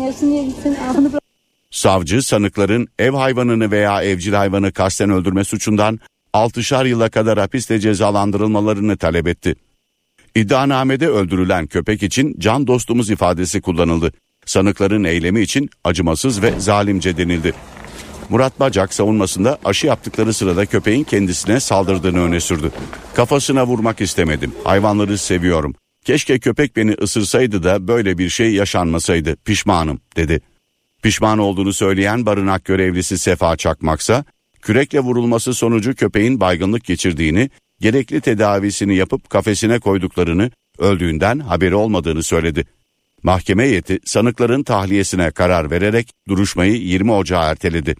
Savcı sanıkların ev hayvanını veya evcil hayvanı kasten öldürme suçundan 6'şar yıla kadar hapiste cezalandırılmalarını talep etti. İddianamede öldürülen köpek için can dostumuz ifadesi kullanıldı. Sanıkların eylemi için acımasız ve zalimce denildi. Murat Bacak savunmasında aşı yaptıkları sırada köpeğin kendisine saldırdığını öne sürdü. Kafasına vurmak istemedim. Hayvanları seviyorum. Keşke köpek beni ısırsaydı da böyle bir şey yaşanmasaydı. Pişmanım dedi. Pişman olduğunu söyleyen barınak görevlisi Sefa Çakmaksa kürekle vurulması sonucu köpeğin baygınlık geçirdiğini, gerekli tedavisini yapıp kafesine koyduklarını, öldüğünden haberi olmadığını söyledi. Mahkeme heyeti sanıkların tahliyesine karar vererek duruşmayı 20 Ocağı erteledi.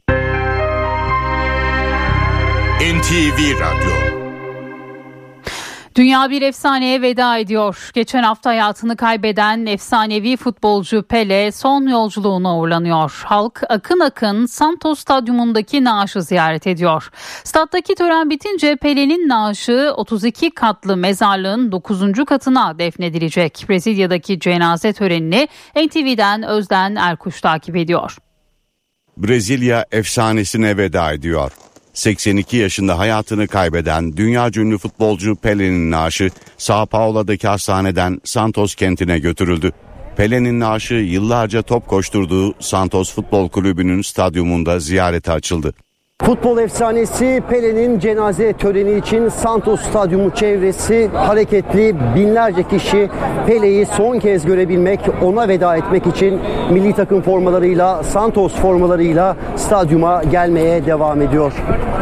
NTV Radyo. Dünya bir efsaneye veda ediyor. Geçen hafta hayatını kaybeden efsanevi futbolcu Pele son yolculuğuna uğurlanıyor. Halk akın akın Santos Stadyumundaki naaşı ziyaret ediyor. Stattaki tören bitince Pele'nin naaşı 32 katlı mezarlığın 9. katına defnedilecek. Brezilya'daki cenaze törenini NTV'den Özden Erkuş takip ediyor. Brezilya efsanesine veda ediyor. 82 yaşında hayatını kaybeden dünyaca ünlü futbolcu Pele'nin naaşı São Paulo'daki hastaneden Santos kentine götürüldü. Pele'nin naaşı yıllarca top koşturduğu Santos Futbol Kulübü'nün stadyumunda ziyarete açıldı. Futbol efsanesi Pele'nin cenaze töreni için Santos Stadyumu çevresi hareketli. Binlerce kişi Pele'yi son kez görebilmek, ona veda etmek için milli takım formalarıyla, Santos formalarıyla stadyuma gelmeye devam ediyor.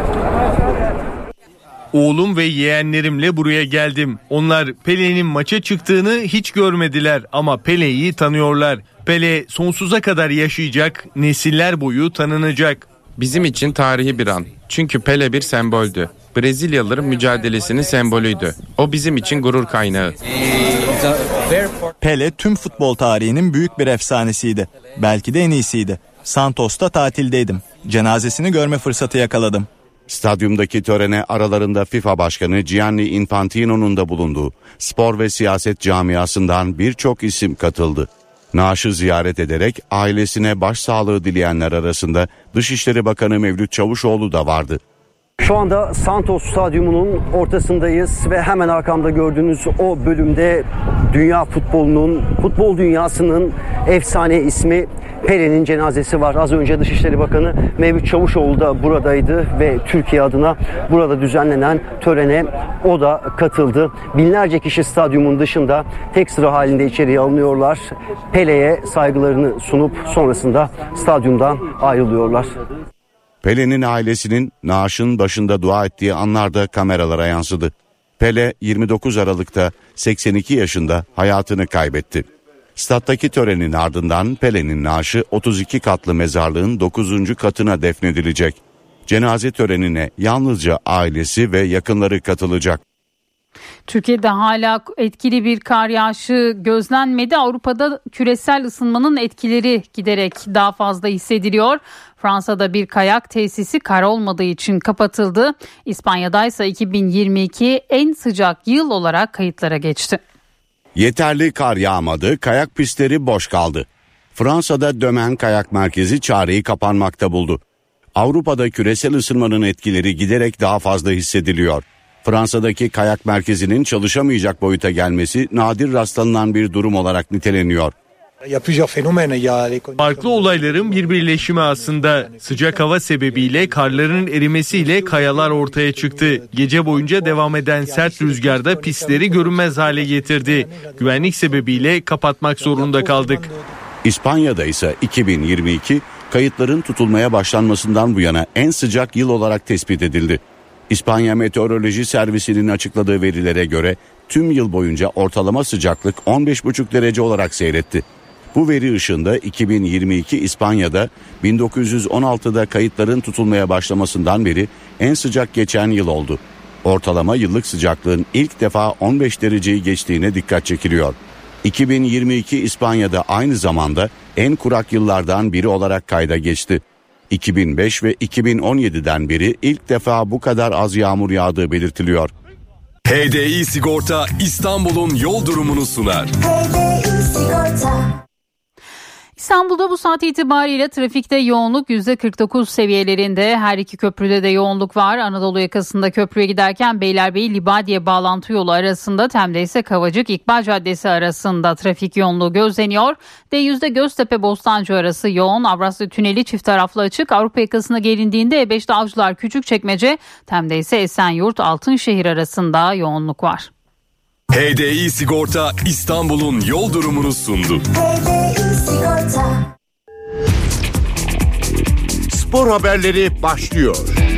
Oğlum ve yeğenlerimle buraya geldim. Onlar Pele'nin maça çıktığını hiç görmediler ama Pele'yi tanıyorlar. Pele sonsuza kadar yaşayacak, nesiller boyu tanınacak. Bizim için tarihi bir an. Çünkü Pele bir semboldü. Brezilyalıların mücadelesinin sembolüydü. O bizim için gurur kaynağı. Pele tüm futbol tarihinin büyük bir efsanesiydi. Belki de en iyisiydi. Santos'ta tatildeydim. Cenazesini görme fırsatı yakaladım. Stadyumdaki törene aralarında FIFA Başkanı Gianni Infantino'nun da bulunduğu spor ve siyaset camiasından birçok isim katıldı. Naaşı ziyaret ederek ailesine başsağlığı dileyenler arasında Dışişleri Bakanı Mevlüt Çavuşoğlu da vardı. Şu anda Santos Stadyumu'nun ortasındayız ve hemen arkamda gördüğünüz o bölümde dünya futbolunun, futbol dünyasının efsane ismi Pele'nin cenazesi var. Az önce Dışişleri Bakanı Mevlüt Çavuşoğlu da buradaydı ve Türkiye adına burada düzenlenen törene o da katıldı. Binlerce kişi stadyumun dışında tek sıra halinde içeriye alınıyorlar. Pele'ye saygılarını sunup sonrasında stadyumdan ayrılıyorlar. Pele'nin ailesinin naaşın başında dua ettiği anlar da kameralara yansıdı. Pele 29 Aralık'ta 82 yaşında hayatını kaybetti. Stattaki törenin ardından Pele'nin naaşı 32 katlı mezarlığın 9. katına defnedilecek. Cenaze törenine yalnızca ailesi ve yakınları katılacak. Türkiye'de hala etkili bir kar yağışı gözlenmedi. Avrupa'da küresel ısınmanın etkileri giderek daha fazla hissediliyor. Fransa'da bir kayak tesisi kar olmadığı için kapatıldı. İspanya'da ise 2022 en sıcak yıl olarak kayıtlara geçti. Yeterli kar yağmadı, kayak pistleri boş kaldı. Fransa'da Dömen Kayak Merkezi çareyi kapanmakta buldu. Avrupa'da küresel ısınmanın etkileri giderek daha fazla hissediliyor. Fransa'daki kayak merkezinin çalışamayacak boyuta gelmesi nadir rastlanılan bir durum olarak niteleniyor. Farklı olayların bir birleşimi aslında. Sıcak hava sebebiyle karların erimesiyle kayalar ortaya çıktı. Gece boyunca devam eden sert rüzgarda pistleri görünmez hale getirdi. Güvenlik sebebiyle kapatmak zorunda kaldık. İspanya'da ise 2022 kayıtların tutulmaya başlanmasından bu yana en sıcak yıl olarak tespit edildi. İspanya Meteoroloji Servisi'nin açıkladığı verilere göre tüm yıl boyunca ortalama sıcaklık 15,5 derece olarak seyretti. Bu veri ışığında 2022 İspanya'da 1916'da kayıtların tutulmaya başlamasından beri en sıcak geçen yıl oldu. Ortalama yıllık sıcaklığın ilk defa 15 dereceyi geçtiğine dikkat çekiliyor. 2022 İspanya'da aynı zamanda en kurak yıllardan biri olarak kayda geçti. 2005 ve 2017'den beri ilk defa bu kadar az yağmur yağdığı belirtiliyor. HDI Sigorta İstanbul'un yol durumunu sunar. HDI Sigorta. İstanbul'da bu saat itibariyle trafikte yoğunluk %49 seviyelerinde. Her iki köprüde de yoğunluk var. Anadolu yakasında köprüye giderken Beylerbeyi-Libadiye bağlantı yolu arasında, Tem'de ise Kavacık-İkbal Caddesi arasında trafik yoğunluğu gözleniyor. D100'de Göztepe-Bostancı arası yoğun. Avrasya Tüneli çift taraflı açık. Avrupa yakasına gelindiğinde E5'te Avcılar Küçükçekmece, Tem'de ise Esenyurt-Altınşehir arasında yoğunluk var. HDI Sigorta İstanbul'un yol durumunu sundu. HDI Sigorta. Spor haberleri başlıyor.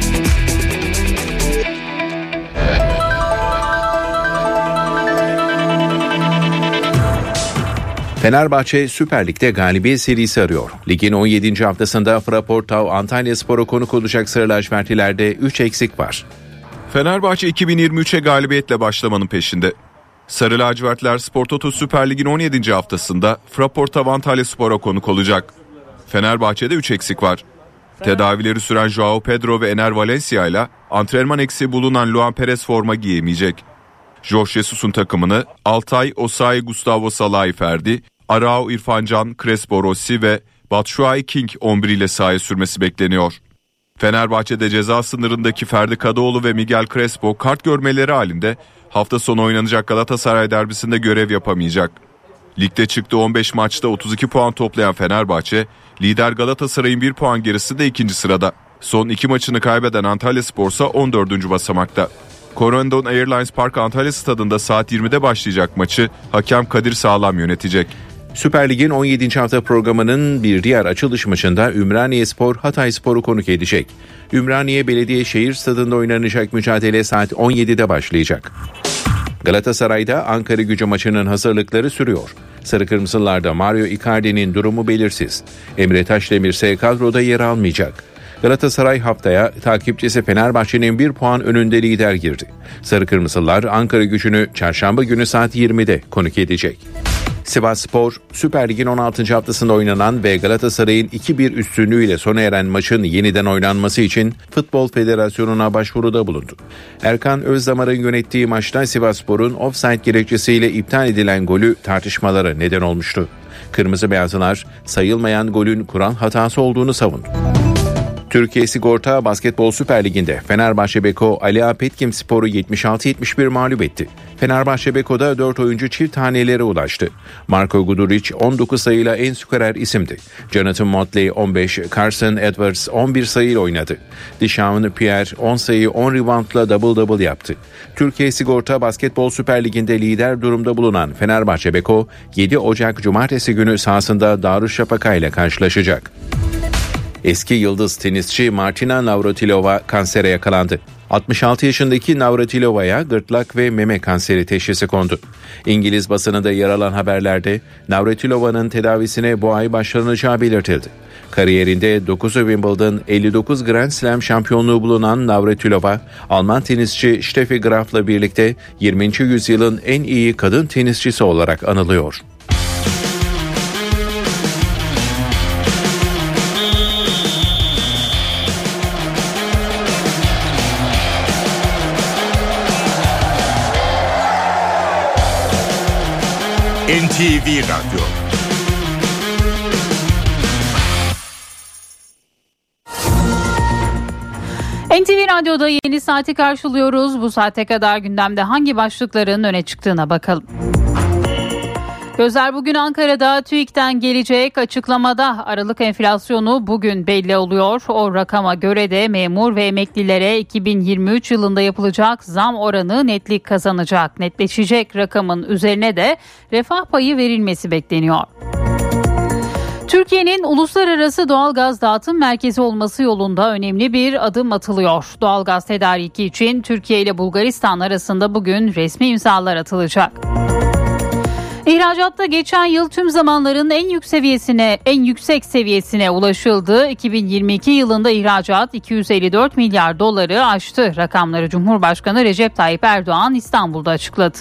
Fenerbahçe Süper Lig'de galibiyet serisi arıyor. Ligin 17. haftasında Fraportav Antalyaspor'a konuk olacak Sarı lacivertlilerde 3 eksik var. Fenerbahçe 2023'e galibiyetle başlamanın peşinde. Sarı lacivertler Spor Toto Süper Lig'in 17. haftasında Fraportav Antalyaspor'a konuk olacak. Fenerbahçe'de 3 eksik var. Tedavileri süren Joao Pedro ve Ener Valencia ile antrenman eksiği bulunan Luan Perez forma giyemeyecek. Jorge Jesus'un takımını Altay, Osayi, Gustavo Salai Ferdi, Arao, İrfan Can, Crespo Rossi ve Batshuayi King 11 ile sahaya sürmesi bekleniyor. Fenerbahçe'de ceza sınırındaki Ferdi Kadıoğlu ve Miguel Crespo kart görmeleri halinde hafta sonu oynanacak Galatasaray derbisinde görev yapamayacak. Ligde çıktığı 15 maçta 32 puan toplayan Fenerbahçe, lider Galatasaray'ın 1 puan gerisinde 2. sırada. Son 2 maçını kaybeden Antalyaspor ise 14. basamakta. Corendon Airlines Park Antalya Stadında saat 20'de başlayacak maçı hakem Kadir Sağlam yönetecek. Süper Lig'in 17. hafta programının bir diğer açılış maçında Ümraniyespor Hatayspor'u konuk edecek. Ümraniye Belediyešehir Stadında oynanacak mücadele saat 17'de başlayacak. Galatasaray'da Ankaragücü maçının hazırlıkları sürüyor. Sarı Kırmızılarda Mario Icardi'nin durumu belirsiz. Emre Taşdemir ise kadroda yer almayacak. Galatasaray haftaya takipçisi Fenerbahçe'nin 1 puan önünde lider girdi. Sarı Kırmızılar Ankaragücü'nü çarşamba günü saat 20'de konuk edecek. Sivasspor, Süper Lig'in 16. haftasında oynanan ve Galatasaray'ın 2-1 üstünlüğüyle sona eren maçın yeniden oynanması için Futbol Federasyonu'na başvuruda bulundu. Erkan Özdamar'ın yönettiği maçta Sivasspor'un ofsayt gerekçesiyle iptal edilen golü tartışmalara neden olmuştu. Kırmızı Beyazlılar sayılmayan golün kural hatası olduğunu savundu. Türkiye Sigorta Basketbol Süper Ligi'nde Fenerbahçe Beko Ali Ağa Petkim-Spor'u 76-71 mağlup etti. Fenerbahçe Beko'da 4 oyuncu çift tanelere ulaştı. Marko Guduric 19 sayıyla en skorer isimdi. Jonathan Motley 15, Carson Edwards 11 sayıyla oynadı. Deshaun Pierre 10 sayı 10 reboundla double-double yaptı. Türkiye Sigorta Basketbol Süper Ligi'nde lider durumda bulunan Fenerbahçe Beko 7 Ocak Cumartesi günü sahasında Darüşşafaka ile karşılaşacak. Eski yıldız tenisçi Martina Navratilova kansere yakalandı. 66 yaşındaki Navratilova'ya gırtlak ve meme kanseri teşhisi kondu. İngiliz basınında yer alan haberlerde Navratilova'nın tedavisine bu ay başlanacağı belirtildi. Kariyerinde 9 Wimbledon, 59 Grand Slam şampiyonluğu bulunan Navratilova, Alman tenisçi Steffi Graf'la birlikte 20. yüzyılın en iyi kadın tenisçisi olarak anılıyor. NTV Radyo. NTV Radyo'da yeni saati karşılıyoruz. Bu saate kadar gündemde hangi başlıkların öne çıktığına bakalım. Gözler bugün Ankara'da. TÜİK'ten gelecek açıklamada Aralık enflasyonu bugün belli oluyor. O rakama göre de memur ve emeklilere 2023 yılında yapılacak zam oranı netlik kazanacak. Netleşecek rakamın üzerine de refah payı verilmesi bekleniyor. Türkiye'nin uluslararası doğalgaz dağıtım merkezi olması yolunda önemli bir adım atılıyor. Doğalgaz tedariki için Türkiye ile Bulgaristan arasında bugün resmi imzalar atılacak. İhracatta geçen yıl tüm zamanların en yüksek seviyesine ulaşıldı. 2022 yılında ihracat 254 milyar doları aştı. Rakamları Cumhurbaşkanı Recep Tayyip Erdoğan İstanbul'da açıkladı.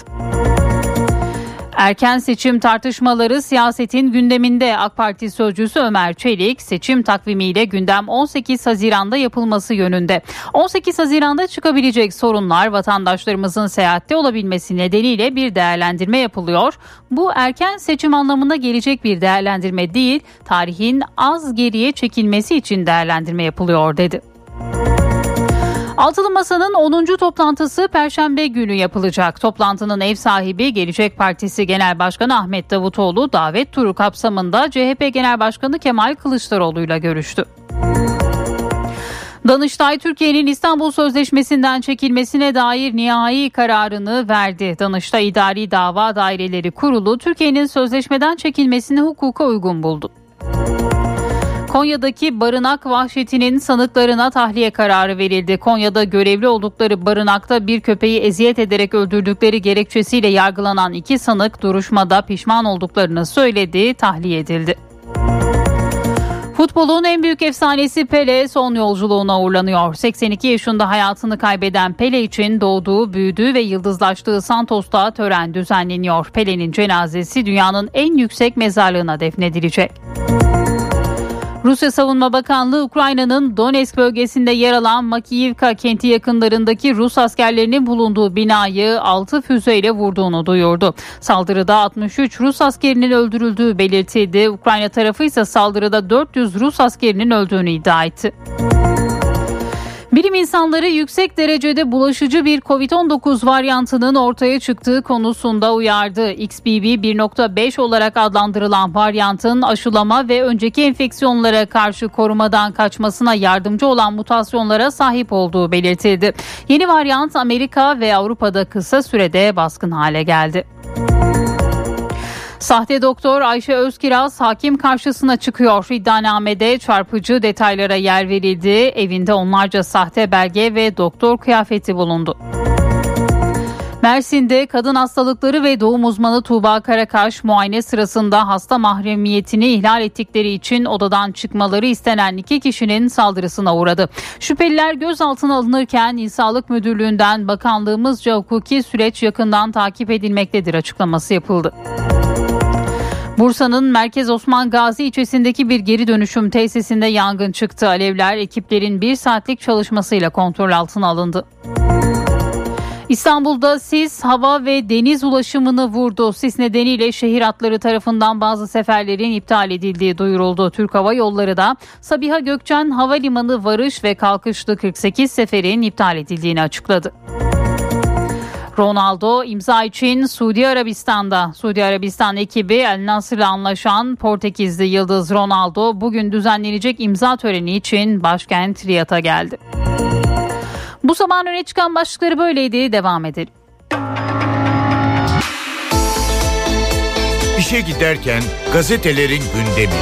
Erken seçim tartışmaları siyasetin gündeminde. AK Parti sözcüsü Ömer Çelik seçim takvimiyle gündem 18 Haziran'da yapılması yönünde. 18 Haziran'da çıkabilecek sorunlar, vatandaşlarımızın seyahatte olabilmesi nedeniyle bir değerlendirme yapılıyor. Bu erken seçim anlamına gelecek bir değerlendirme değil, tarihin az geriye çekilmesi için değerlendirme yapılıyor dedi. Altılı Masa'nın 10. toplantısı Perşembe günü yapılacak. Toplantının ev sahibi Gelecek Partisi Genel Başkanı Ahmet Davutoğlu davet turu kapsamında CHP Genel Başkanı Kemal Kılıçdaroğlu'yla görüştü. Danıştay Türkiye'nin İstanbul Sözleşmesi'nden çekilmesine dair nihai kararını verdi. Danıştay İdari Dava Daireleri Kurulu Türkiye'nin sözleşmeden çekilmesini hukuka uygun buldu. Konya'daki barınak vahşetinin sanıklarına tahliye kararı verildi. Konya'da görevli oldukları barınakta bir köpeği eziyet ederek öldürdükleri gerekçesiyle yargılanan 2 sanık duruşmada pişman olduklarını söyledi, tahliye edildi. Futbolun en büyük efsanesi Pele son yolculuğuna uğurlanıyor. 82 yaşında hayatını kaybeden Pele için doğduğu, büyüdüğü ve yıldızlaştığı Santos'ta tören düzenleniyor. Pele'nin cenazesi dünyanın en yüksek mezarlığına defnedilecek. Rusya Savunma Bakanlığı Ukrayna'nın Donetsk bölgesinde yer alan Makiyivka kenti yakınlarındaki Rus askerlerinin bulunduğu binayı 6 füzeyle vurduğunu duyurdu. Saldırıda 63 Rus askerinin öldürüldüğü belirtildi. Ukrayna tarafı ise saldırıda 400 Rus askerinin öldüğünü iddia etti. Bilim insanları yüksek derecede bulaşıcı bir Covid-19 varyantının ortaya çıktığı konusunda uyardı. XBB 1.5 olarak adlandırılan varyantın aşılama ve önceki enfeksiyonlara karşı korumadan kaçmasına yardımcı olan mutasyonlara sahip olduğu belirtildi. Yeni varyant Amerika ve Avrupa'da kısa sürede baskın hale geldi. Sahte doktor Ayşe Özkiraz hakim karşısına çıkıyor. İddianamede çarpıcı detaylara yer verildi. Evinde onlarca sahte belge ve doktor kıyafeti bulundu. Mersin'de kadın hastalıkları ve doğum uzmanı Tuğba Karakaş muayene sırasında hasta mahremiyetini ihlal ettikleri için odadan çıkmaları istenen 2 kişinin saldırısına uğradı. Şüpheliler gözaltına alınırken İl Sağlık Müdürlüğü'nden bakanlığımızca hukuki süreç yakından takip edilmektedir açıklaması yapıldı. Bursa'nın Merkez Osman Gazi ilçesindeki bir geri dönüşüm tesisinde yangın çıktı. Alevler ekiplerin 1 saatlik çalışmasıyla kontrol altına alındı. İstanbul'da sis, hava ve deniz ulaşımını vurdu. Sis nedeniyle şehir hatları tarafından bazı seferlerin iptal edildiği duyuruldu. Türk Hava Yolları da Sabiha Gökçen Havalimanı varış ve kalkışlı 48 seferin iptal edildiğini açıkladı. Ronaldo imza için Suudi Arabistan'da. Suudi Arabistan ekibi El Nasr'la anlaşan Portekizli yıldız Ronaldo bugün düzenlenecek imza töreni için başkent Riyad'a geldi. Bu sabahın öne çıkan başlıkları böyleydi. Devam edelim. İşe giderken gazetelerin gündemi.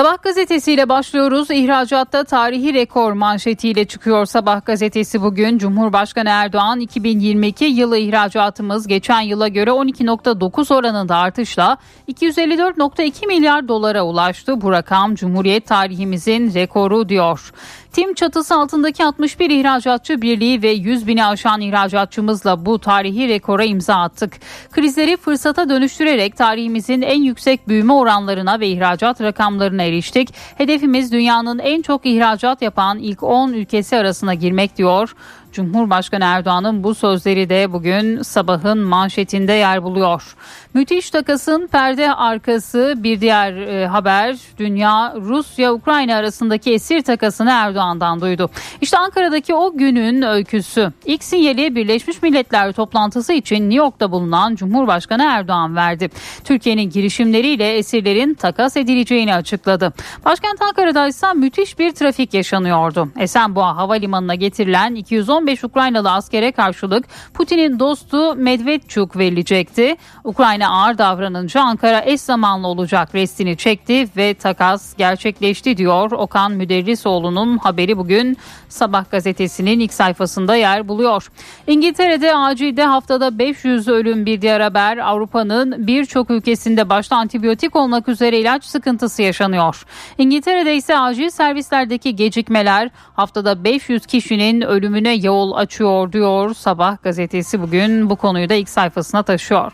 Sabah gazetesiyle başlıyoruz. İhracatta tarihi rekor manşetiyle çıkıyor Sabah gazetesi bugün. Cumhurbaşkanı Erdoğan 2022 yılı ihracatımız geçen yıla göre 12.9 oranında artışla 254.2 milyar dolara ulaştı. Bu rakam Cumhuriyet tarihimizin rekoru diyor. TİM çatısı altındaki 61 ihracatçı birliği ve 100 bini aşan ihracatçımızla bu tarihi rekora imza attık. Krizleri fırsata dönüştürerek tarihimizin en yüksek büyüme oranlarına ve ihracat rakamlarına eriştik. Hedefimiz dünyanın en çok ihracat yapan ilk 10 ülkesi arasına girmek diyor. Cumhurbaşkanı Erdoğan'ın bu sözleri de bugün Sabah'ın manşetinde yer buluyor. Müthiş takasın perde arkası bir diğer haber. Dünya Rusya-Ukrayna arasındaki esir takasını Erdoğan'dan duydu. İşte Ankara'daki o günün öyküsü. İlk sinyali Birleşmiş Milletler toplantısı için New York'ta bulunan Cumhurbaşkanı Erdoğan verdi. Türkiye'nin girişimleriyle esirlerin takas edileceğini açıkladı. Başkent Ankara'da ise müthiş bir trafik yaşanıyordu. Esenboğa Havalimanı'na getirilen 215 Ukraynalı askere karşılık Putin'in dostu Medvedchuk verilecekti. Ukrayna ağır davranınca Ankara eş zamanlı olacak restini çekti ve takas gerçekleşti diyor. Okan Müderrisoğlu'nun haberi bugün Sabah gazetesinin ilk sayfasında yer buluyor. İngiltere'de acilde haftada 500 ölüm bir diğer haber. Avrupa'nın birçok ülkesinde başta antibiyotik olmak üzere ilaç sıkıntısı yaşanıyor. İngiltere'de ise acil servislerdeki gecikmeler haftada 500 kişinin ölümüne yol açıyor diyor. Sabah gazetesi bugün bu konuyu da ilk sayfasına taşıyor.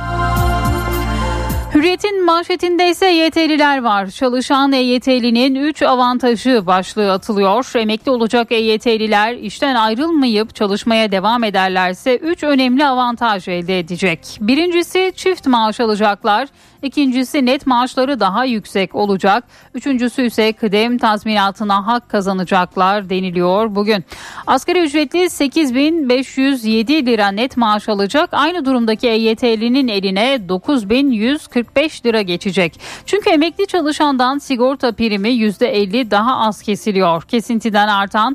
Hürriyet'in manşetinde ise EYT'liler var. Çalışan EYT'linin 3 avantajı başlığı atılıyor. Emekli olacak EYT'liler işten ayrılmayıp çalışmaya devam ederlerse 3 önemli avantaj elde edecek. Birincisi çift maaş alacaklar. İkincisi net maaşları daha yüksek olacak. Üçüncüsü ise kıdem tazminatına hak kazanacaklar deniliyor bugün. Asgari ücretli 8.507 lira net maaş alacak. Aynı durumdaki EYT'linin eline 9.145 lira geçecek. Çünkü emekli çalışandan sigorta primi %50 daha az kesiliyor. Kesintiden artan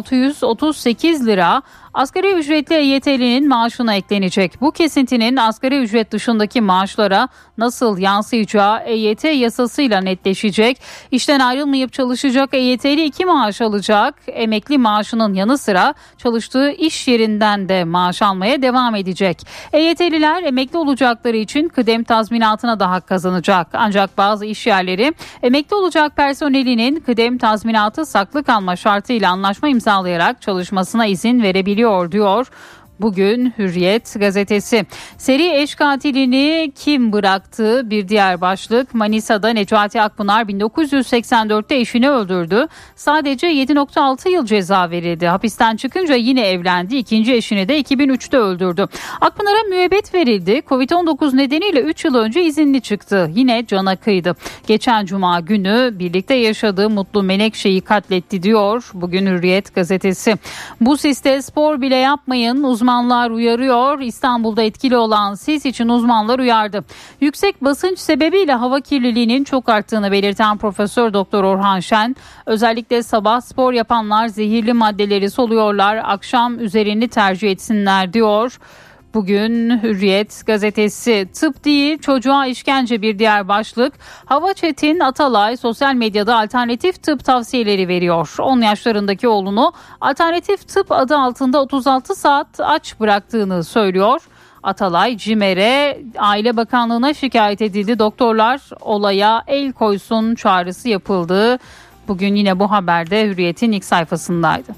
638 lira asgari ücretli EYT'linin maaşına eklenecek. Bu kesintinin asgari ücret dışındaki maaşlara nasıl yansıyacağı EYT yasasıyla netleşecek. İşten ayrılmayıp çalışacak EYT'li 2 maaş alacak. Emekli maaşının yanı sıra çalıştığı iş yerinden de maaş almaya devam edecek. EYT'liler emekli olacakları için kıdem tazminatına da hak kazanacak. Ancak bazı iş yerleri emekli olacak personelinin kıdem tazminatı saklı kalma şartıyla anlaşma imzalayarak çalışmasına izin verebiliyor diyor. Bugün Hürriyet gazetesi. Seri eş katilini kim bıraktı? Bir diğer başlık. Manisa'da Necati Akpınar 1984'te eşini öldürdü. Sadece 7.6 yıl ceza verildi. Hapisten çıkınca yine evlendi. İkinci eşini de 2003'te öldürdü. Akpınar'a müebbet verildi. Covid-19 nedeniyle 3 yıl önce izinli çıktı. Yine cana kıydı. Geçen cuma günü birlikte yaşadığı Mutlu Menekşe'yi katletti diyor. Bugün Hürriyet gazetesi. Bu siste spor bile yapmayın. Uzmanlar uyarıyor. İstanbul'da etkili olan sis için uzmanlar uyardı. Yüksek basınç sebebiyle hava kirliliğinin çok arttığını belirten Profesör Doktor Orhan Şen, özellikle sabah spor yapanlar zehirli maddeleri soluyorlar, akşam üzerini tercih etsinler diyor. Bugün Hürriyet gazetesi. Tıp değil çocuğa işkence bir diğer başlık. Hava Çetin Atalay sosyal medyada alternatif tıp tavsiyeleri veriyor. 10 yaşlarındaki oğlunu alternatif tıp adı altında 36 saat aç bıraktığını söylüyor. Atalay CİMER'e Aile Bakanlığı'na şikayet edildi. Doktorlar olaya el koysun çağrısı yapıldı. Bugün yine bu haberde Hürriyet'in ilk sayfasındaydı.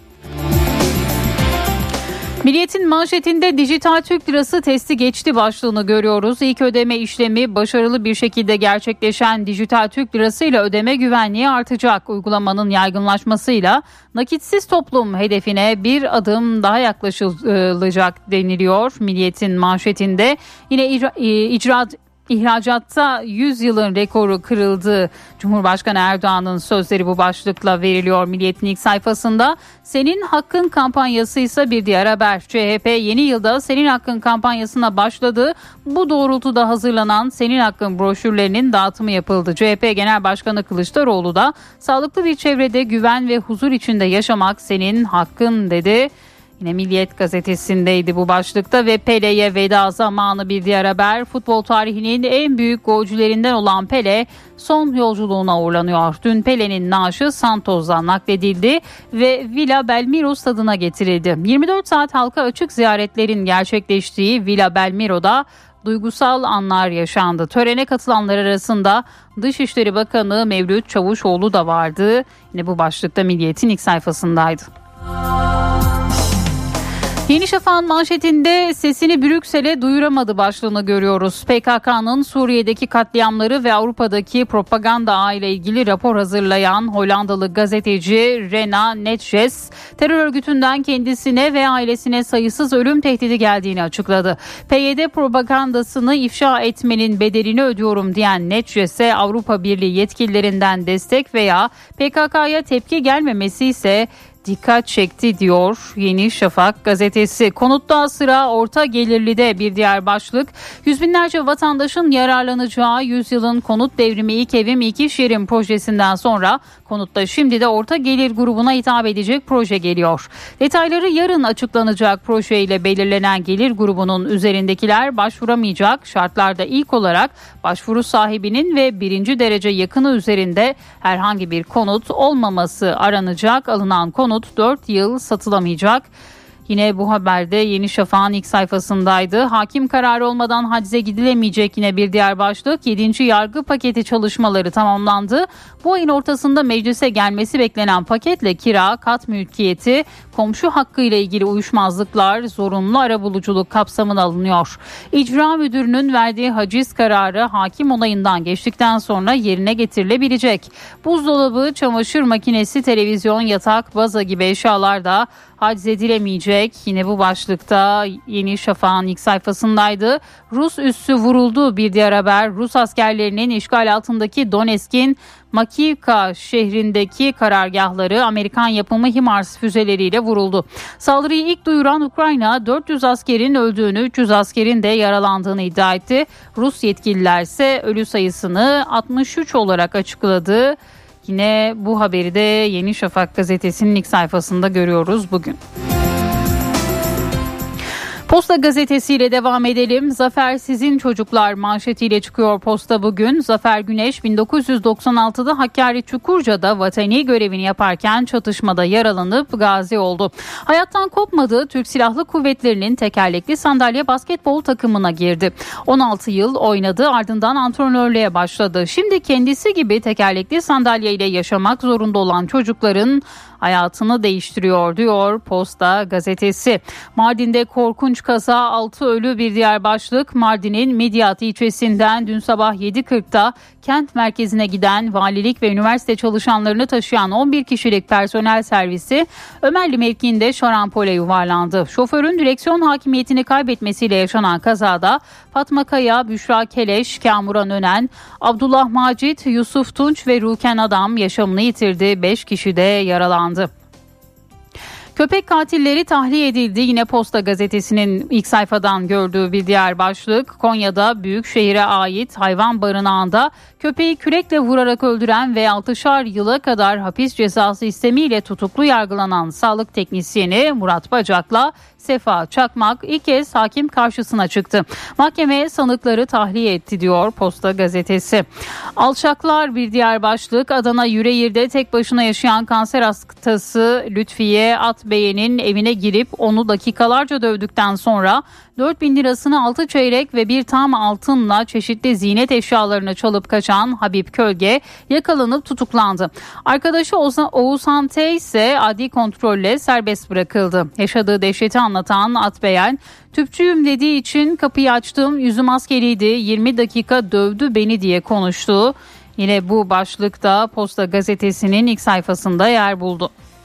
Milliyet'in manşetinde dijital Türk lirası testi geçti başlığını görüyoruz. İlk ödeme işlemi başarılı bir şekilde gerçekleşen dijital Türk lirası ile ödeme güvenliği artacak. Uygulamanın yaygınlaşmasıyla nakitsiz toplum hedefine bir adım daha yaklaşılacak deniliyor. Milliyet'in manşetinde yine İhracatta 100 yılın rekoru kırıldı. Cumhurbaşkanı Erdoğan'ın sözleri bu başlıkla veriliyor Milliyet'in ilk sayfasında. Senin Hakkın kampanyası ise bir diğer haber. CHP yeni yılda Senin Hakkın kampanyasına başladı. Bu doğrultuda hazırlanan Senin Hakkın broşürlerinin dağıtımı yapıldı. CHP Genel Başkanı Kılıçdaroğlu da sağlıklı bir çevrede güven ve huzur içinde yaşamak senin hakkın dedi. Yine Milliyet gazetesindeydi bu başlıkta ve Pele'ye veda zamanı bir diğer haber. Futbol tarihinin en büyük golcülerinden olan Pele son yolculuğuna uğurlanıyor. Dün Pele'nin naaşı Santos'dan nakledildi ve Villa Belmiro stadına getirildi. 24 saat halka açık ziyaretlerin gerçekleştiği Villa Belmiro'da duygusal anlar yaşandı. Törene katılanlar arasında Dışişleri Bakanı Mevlüt Çavuşoğlu da vardı. Yine bu başlıkta Milliyet'in ilk sayfasındaydı. Yeni Şafak'ın manşetinde sesini Brüksel'e duyuramadı başlığını görüyoruz. PKK'nın Suriye'deki katliamları ve Avrupa'daki propaganda ağıyla ilgili rapor hazırlayan Hollandalı gazeteci Rena Netjes, terör örgütünden kendisine ve ailesine sayısız ölüm tehdidi geldiğini açıkladı. PYD propagandasını ifşa etmenin bedelini ödüyorum diyen Netjes'e Avrupa Birliği yetkililerinden destek veya PKK'ya tepki gelmemesi ise dikkat çekti diyor Yeni Şafak gazetesi. Konutta sıra orta gelirlide bir diğer başlık. Yüz binlerce vatandaşın yararlanacağı yüzyılın konut devrimi ilk evim ilk iş yerim projesinden sonra konutta şimdi de orta gelir grubuna hitap edecek proje geliyor. Detayları yarın açıklanacak projeyle belirlenen gelir grubunun üzerindekiler başvuramayacak. Şartlarda ilk olarak başvuru sahibinin ve birinci derece yakını üzerinde herhangi bir konut olmaması aranacak. Alınan konut 4 yıl satılamayacak. Yine bu haberde Yeni Şafak'ın ilk sayfasındaydı. Hakim kararı olmadan hacize gidilemeyecek yine bir diğer başlık. 7. yargı paketi çalışmaları tamamlandı. Bu ayın ortasında meclise gelmesi beklenen paketle kira, kat mülkiyeti, komşu hakkı ile ilgili uyuşmazlıklar zorunlu arabuluculuk kapsamına alınıyor. İcra müdürünün verdiği haciz kararı hakim onayından geçtikten sonra yerine getirilebilecek. Buzdolabı, çamaşır makinesi, televizyon, yatak, baza gibi eşyalar da haciz edilemeyecek. Yine bu başlıkta Yeni Şafak'ın ilk sayfasındaydı. Rus üssü vuruldu bir diğer haber. Rus askerlerinin işgal altındaki Donetsk'in Makivka şehrindeki karargahları Amerikan yapımı HIMARS füzeleriyle vuruldu. Saldırıyı ilk duyuran Ukrayna 400 askerin öldüğünü, 300 askerin de yaralandığını iddia etti. Rus yetkililer ise ölü sayısını 63 olarak açıkladı. Yine bu haberi de Yeni Şafak gazetesinin ilk sayfasında görüyoruz bugün. Posta gazetesiyle devam edelim. Zafer sizin çocuklar manşetiyle çıkıyor Posta bugün. Zafer Güneş 1996'da Hakkari Çukurca'da vatani görevini yaparken çatışmada yaralanıp gazi oldu. Hayattan kopmadığı Türk Silahlı Kuvvetleri'nin tekerlekli sandalye basketbol takımına girdi. 16 yıl oynadı, ardından antrenörlüğe başladı. Şimdi kendisi gibi tekerlekli sandalyeyle yaşamak zorunda olan çocukların hayatını değiştiriyor diyor Posta gazetesi. Mardin'de korkunç kaza, 6 ölü bir diğer başlık. Mardin'in Midyat ilçesinden dün sabah 7.40'da kent merkezine giden valilik ve üniversite çalışanlarını taşıyan 11 kişilik personel servisi Ömerli mevkiinde şarampole yuvarlandı. Şoförün direksiyon hakimiyetini kaybetmesiyle yaşanan kazada Fatma Kaya, Büşra Keleş, Kamuran Önen, Abdullah Macit, Yusuf Tunç ve Ruken Adam yaşamını yitirdi. 5 kişi de yaralandı. Köpek katilleri tahliye edildi. Yine Posta gazetesinin ilk sayfadan gördüğü bir diğer başlık. Konya'da büyükşehire ait hayvan barınağında köpeği kürekle vurarak öldüren ve 6'şar yıla kadar hapis cezası istemiyle tutuklu yargılanan sağlık teknisyeni Murat Bacak'la Sefa Çakmak ilk kez hakim karşısına çıktı. Mahkeme sanıkları tahliye etti diyor Posta gazetesi. Alçaklar bir diğer başlık. Adana Yüreğir'de tek başına yaşayan kanser hastası Lütfiye Atbeye'nin evine girip onu dakikalarca dövdükten sonra 4.000 lirasını 6 çeyrek ve bir tam altınla çeşitli ziynet eşyalarını çalıp kaçan Habib Kölge yakalanıp tutuklandı. Arkadaşı Oğuzhan T ise adli kontrolle serbest bırakıldı. Yaşadığı dehşeti anlatan Atbeyen, "Tüpçüyüm dediği için kapıyı açtım, yüzüm maskeliydi, 20 dakika dövdü beni" diye konuştu. Yine bu başlıkta Posta gazetesinin ilk sayfasında yer buldu.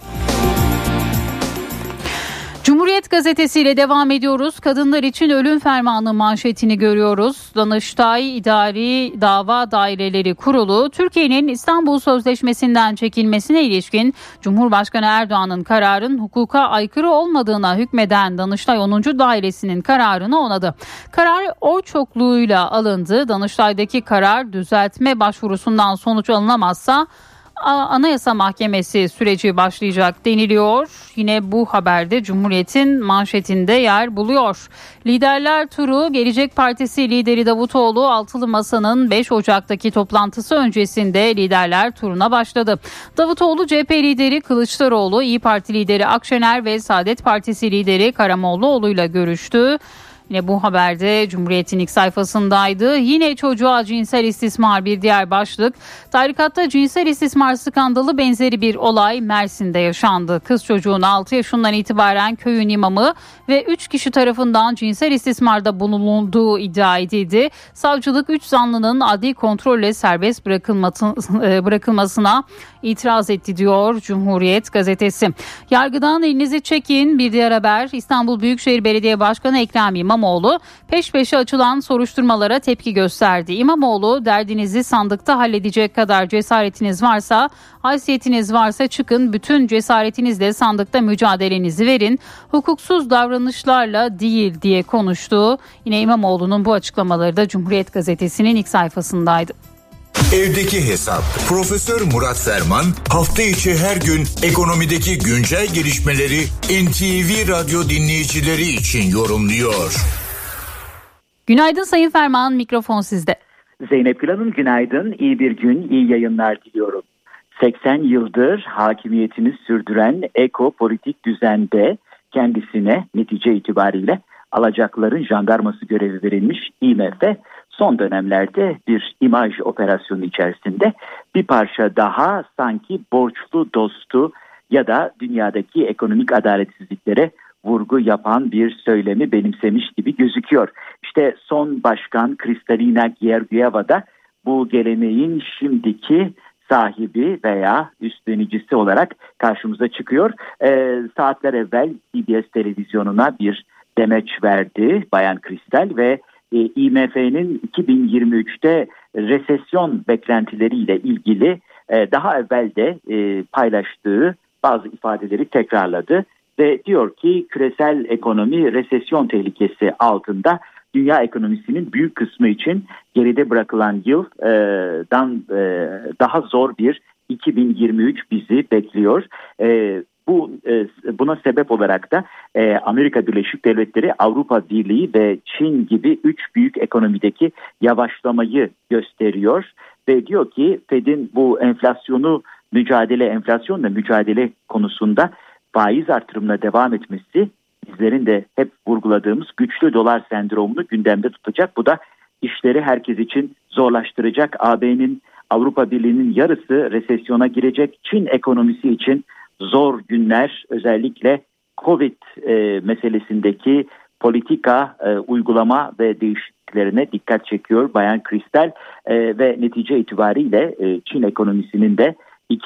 Cumhuriyet gazetesiyle devam ediyoruz. Kadınlar için ölüm fermanı manşetini görüyoruz. Danıştay İdari Dava Daireleri Kurulu, Türkiye'nin İstanbul Sözleşmesi'nden çekilmesine ilişkin Cumhurbaşkanı Erdoğan'ın kararın hukuka aykırı olmadığına hükmeden Danıştay 10. Dairesi'nin kararını onadı. Karar oy çokluğuyla alındı. Danıştay'daki karar düzeltme başvurusundan sonuç alınamazsa Anayasa Mahkemesi süreci başlayacak deniliyor. Yine bu haberde Cumhuriyet'in manşetinde yer buluyor. Liderler turu, Gelecek Partisi lideri Davutoğlu Altılı Masa'nın 5 Ocak'taki toplantısı öncesinde liderler turuna başladı. Davutoğlu CHP lideri Kılıçdaroğlu, İYİ Parti lideri Akşener ve Saadet Partisi lideri Karamollaoğlu'yla görüştü. Yine bu haberde Cumhuriyet'in ilk sayfasındaydı. Yine çocuğa cinsel istismar bir diğer başlık. Tarikatta cinsel istismar skandalı benzeri bir olay Mersin'de yaşandı. Kız çocuğun 6 yaşından itibaren köyün imamı ve 3 kişi tarafından cinsel istismarda bulunulduğu iddia edildi. Savcılık 3 zanlının adli kontrolle serbest bırakılmasına itiraz etti diyor Cumhuriyet gazetesi. Yargıdan elinizi çekin, bir diğer haber. İstanbul Büyükşehir Belediye Başkanı Ekrem İmamoğlu peş peşe açılan soruşturmalara tepki gösterdi. İmamoğlu, derdinizi sandıkta halledecek kadar cesaretiniz varsa, haysiyetiniz varsa çıkın, bütün cesaretinizle sandıkta mücadelenizi verin, hukuksuz davranışlarla değil diye konuştu. Yine İmamoğlu'nun bu açıklamaları da Cumhuriyet Gazetesi'nin ilk sayfasındaydı. Evdeki Hesap. Profesör Murat Ferman hafta içi her gün ekonomideki güncel gelişmeleri NTV Radyo dinleyicileri için yorumluyor. Günaydın Sayın Ferman, mikrofon sizde. Zeynep Gül Hanım günaydın, iyi bir gün, iyi yayınlar diliyorum. 80 yıldır hakimiyetini sürdüren ekopolitik düzende kendisine netice itibariyle alacakların jandarması görevi verilmiş IMF, son dönemlerde bir imaj operasyonu içerisinde bir parça daha sanki borçlu dostu ya da dünyadaki ekonomik adaletsizliklere vurgu yapan bir söylemi benimsemiş gibi gözüküyor. İşte son başkan Kristalina Georgieva da bu geleneğin şimdiki sahibi veya üstlenicisi olarak karşımıza çıkıyor. Saatler evvel CBS televizyonuna bir demeç verdi Bayan Kristal ve IMF'nin 2023'te resesyon beklentileriyle ilgili daha evvel de paylaştığı bazı ifadeleri tekrarladı ve diyor ki küresel ekonomi resesyon tehlikesi altında, dünya ekonomisinin büyük kısmı için geride bırakılan yıldan daha zor bir 2023 bizi bekliyor. Buna sebep olarak da Amerika Birleşik Devletleri, Avrupa Birliği ve Çin gibi 3 büyük ekonomideki yavaşlamayı gösteriyor ve diyor ki Fed'in bu enflasyonla mücadele konusunda faiz artırımına devam etmesi bizlerin de hep vurguladığımız güçlü dolar sendromunu gündemde tutacak. Bu da işleri herkes için zorlaştıracak. AB'nin, Avrupa Birliği'nin yarısı resesyona girecek. Çin ekonomisi için zor günler, özellikle Covid meselesindeki politika, uygulama ve değişikliklerine dikkat çekiyor Bayan Kristal ve netice itibariyle Çin ekonomisinin de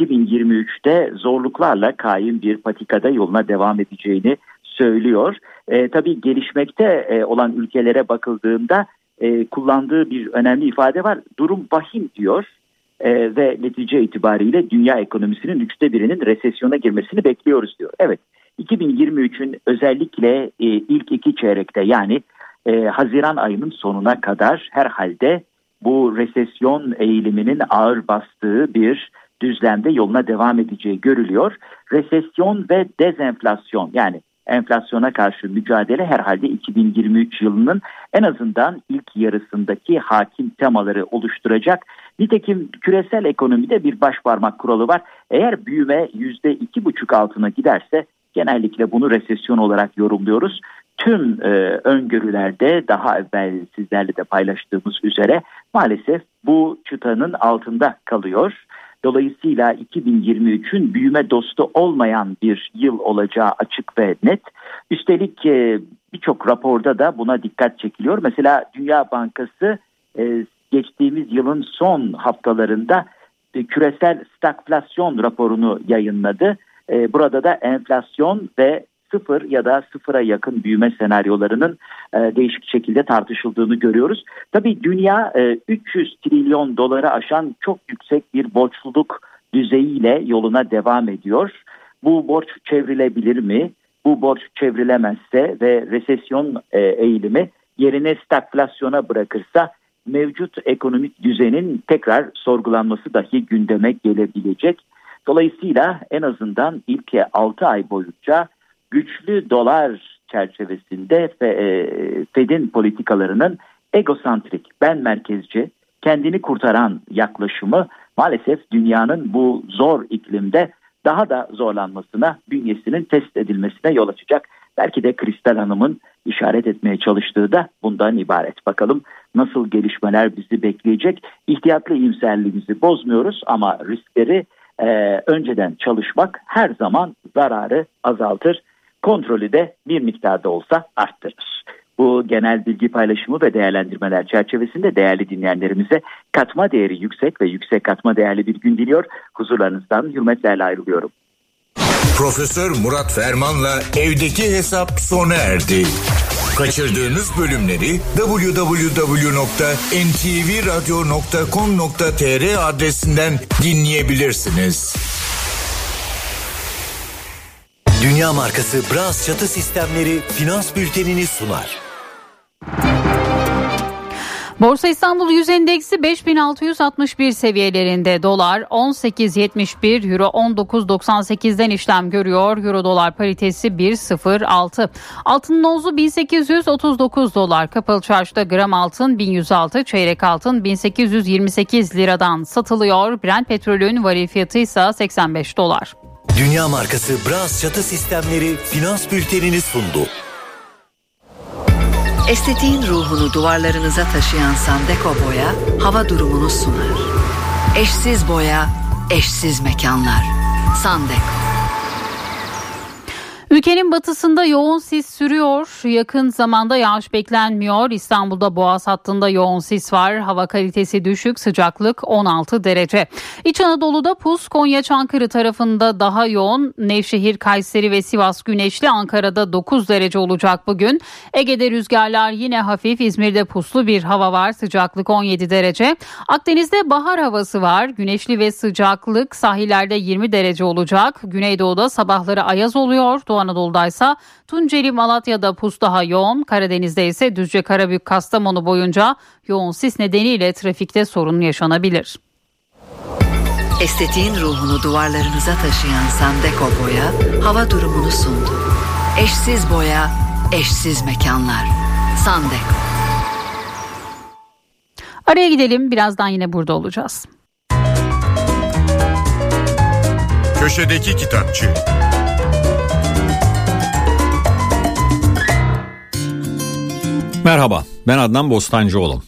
2023'te zorluklarla kaim bir patikada yoluna devam edeceğini söylüyor. Tabii gelişmekte olan ülkelere bakıldığında kullandığı bir önemli ifade var. Durum vahim diyor. Ve netice itibariyle dünya ekonomisinin 1/3'inin resesyona girmesini bekliyoruz diyor. Evet, 2023'ün özellikle ilk 2 çeyrekte, yani Haziran ayının sonuna kadar herhalde bu resesyon eğiliminin ağır bastığı bir düzlemde yoluna devam edeceği görülüyor. Resesyon ve dezenflasyon, yani enflasyona karşı mücadele herhalde 2023 yılının en azından ilk yarısındaki hakim temaları oluşturacak. Nitekim küresel ekonomide bir başparmak kuralı var. Eğer büyüme %2,5 altına giderse genellikle bunu resesyon olarak yorumluyoruz. Tüm öngörülerde daha evvel sizlerle de paylaştığımız üzere maalesef bu çıtanın altında kalıyor. Dolayısıyla 2023'ün büyüme dostu olmayan bir yıl olacağı açık ve net. Üstelik birçok raporda da buna dikkat çekiliyor. Mesela Dünya Bankası geçtiğimiz yılın son haftalarında küresel stagflasyon raporunu yayınladı. Burada da enflasyon ve 0 ya da 0'a yakın büyüme senaryolarının değişik şekilde tartışıldığını görüyoruz. Tabii dünya 300 trilyon doları aşan çok yüksek bir borçluluk düzeyiyle yoluna devam ediyor. Bu borç çevrilebilir mi? Bu borç çevrilemezse ve resesyon eğilimi yerine stagflasyona bırakırsa mevcut ekonomik düzenin tekrar sorgulanması dahi gündeme gelebilecek. Dolayısıyla en azından ilk 6 ay boyunca güçlü dolar çerçevesinde Fed'in politikalarının egosantrik, ben merkezci, kendini kurtaran yaklaşımı maalesef dünyanın bu zor iklimde daha da zorlanmasına, bünyesinin test edilmesine yol açacak. Belki de Kristal Hanım'ın işaret etmeye çalıştığı da bundan ibaret. Bakalım nasıl gelişmeler bizi bekleyecek. İhtiyatlı iyimserliğimizi bozmuyoruz ama riskleri önceden çalışmak her zaman zararı azaltır. Kontrolü de bir miktarda olsa arttırır. Bu genel bilgi paylaşımı ve değerlendirmeler çerçevesinde değerli dinleyenlerimize katma değeri yüksek ve yüksek katma değerli bir gün diliyor. Huzurlarınızdan hürmetlerle ayrılıyorum. Profesör Murat Ferman'la evdeki hesap sona erdi. Kaçırdığınız bölümleri www.ntvradio.com.tr adresinden dinleyebilirsiniz. Dünya markası Bras Çatı Sistemleri finans bültenini sunar. Borsa İstanbul Yüz Endeksi 5661 seviyelerinde, dolar 18.71, euro 19.98'den işlem görüyor. Euro dolar paritesi 1.06. Altının onzu 1839 dolar. Kapalı çarşıda gram altın 1106, çeyrek altın 1828 liradan satılıyor. Brent petrolün varil fiyatı ise 85 dolar. Dünya markası Bras Çatı Sistemleri finans bültenini sundu. Estetiğin ruhunu duvarlarınıza taşıyan Sandeko Boya hava durumunu sunar. Eşsiz boya, eşsiz mekanlar. Sandeko. Ülkenin batısında yoğun sis sürüyor. Yakın zamanda yağış beklenmiyor. İstanbul'da Boğaz hattında yoğun sis var. Hava kalitesi düşük, sıcaklık 16 derece. İç Anadolu'da pus, Konya Çankırı tarafında daha yoğun. Nevşehir, Kayseri ve Sivas güneşli. Ankara'da 9 derece olacak bugün. Ege'de rüzgarlar yine hafif. İzmir'de puslu bir hava var. Sıcaklık 17 derece. Akdeniz'de bahar havası var. Güneşli ve sıcaklık sahillerde 20 derece olacak. Güneydoğu'da sabahları ayaz oluyor. Doğu Anadolu'daysa Tunceli, Malatya'da pus daha yoğun. Karadeniz'de ise Düzce, Karabük, Kastamonu boyunca yoğun sis nedeniyle trafikte sorun yaşanabilir. Estetiğin ruhunu duvarlarınıza taşıyan Sandeko Boya hava durumunu sundu. Eşsiz boya, eşsiz mekanlar. Sandeko. Araya gidelim, birazdan yine burada olacağız. Köşedeki Kitapçı. Merhaba, ben Adnan Bostancıoğlu.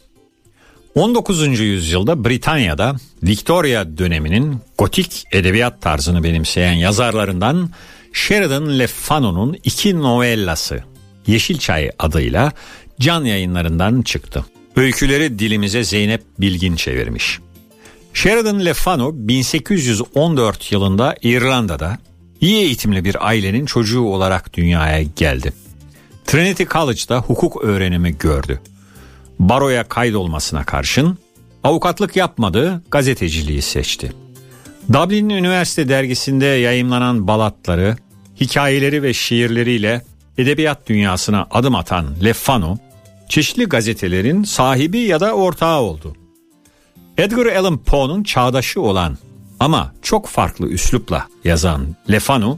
19. yüzyılda Britanya'da Victoria döneminin gotik edebiyat tarzını benimseyen yazarlarından Sheridan Le Fano'nun 2 novellası Yeşilçay adıyla Can Yayınları'ndan çıktı. Öyküleri dilimize Zeynep Bilgin çevirmiş. Sheridan Le Fano 1814 yılında İrlanda'da iyi eğitimli bir ailenin çocuğu olarak dünyaya geldi. Trinity College'da hukuk öğrenimi gördü. Baroya kaydolmasına karşın avukatlık yapmadı, gazeteciliği seçti. Dublin Üniversite dergisinde yayımlanan balatları, hikayeleri ve şiirleriyle edebiyat dünyasına adım atan Le Fano, çeşitli gazetelerin sahibi ya da ortağı oldu. Edgar Allan Poe'nun çağdaşı olan ama çok farklı üslupla yazan Le Fano,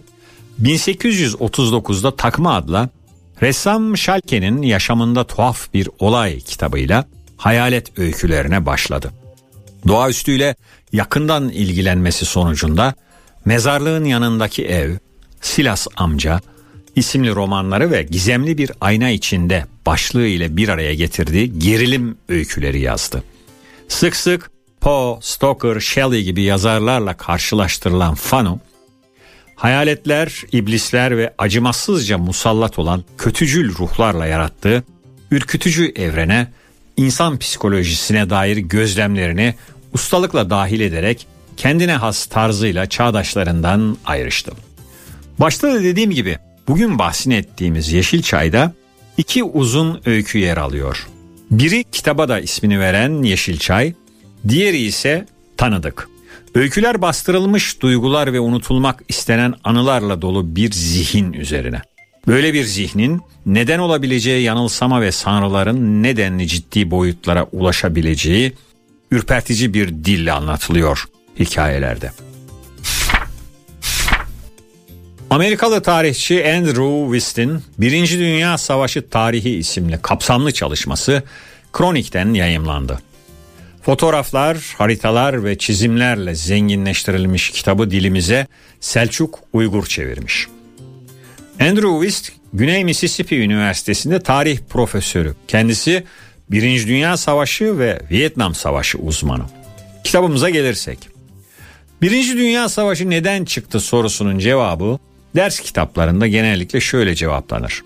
1839'da Takma adla ressam Schalke'nin yaşamında tuhaf bir olay kitabıyla hayalet öykülerine başladı. Doğaüstüyle yakından ilgilenmesi sonucunda Mezarlığın Yanındaki Ev, Silas Amca isimli romanları ve Gizemli Bir Ayna İçinde başlığı ile bir araya getirdiği gerilim öyküleri yazdı. Sık sık Poe, Stoker, Shelley gibi yazarlarla karşılaştırılan Fano, hayaletler, iblisler ve acımasızca musallat olan kötücül ruhlarla yarattığı ürkütücü evrene, insan psikolojisine dair gözlemlerini ustalıkla dahil ederek kendine has tarzıyla çağdaşlarından ayrıştı. Başta da dediğim gibi bugün bahsini ettiğimiz Yeşilçay'da 2 uzun öykü yer alıyor. Biri kitaba da ismini veren Yeşilçay, diğeri ise Tanıdık. Öyküler bastırılmış duygular ve unutulmak istenen anılarla dolu bir zihin üzerine. Böyle bir zihnin neden olabileceği yanılsama ve sanrıların nedenli ciddi boyutlara ulaşabileceği ürpertici bir dille anlatılıyor hikayelerde. Amerikalı tarihçi Andrew Wistin, Birinci Dünya Savaşı Tarihi isimli kapsamlı çalışması Kronik'ten yayımlandı. Fotoğraflar, haritalar ve çizimlerle zenginleştirilmiş kitabı dilimize Selçuk Uygur çevirmiş. Andrew Wist, Güney Mississippi Üniversitesi'nde tarih profesörü. Kendisi Birinci Dünya Savaşı ve Vietnam Savaşı uzmanı. Kitabımıza gelirsek, Birinci Dünya Savaşı neden çıktı sorusunun cevabı ders kitaplarında genellikle şöyle cevaplanır.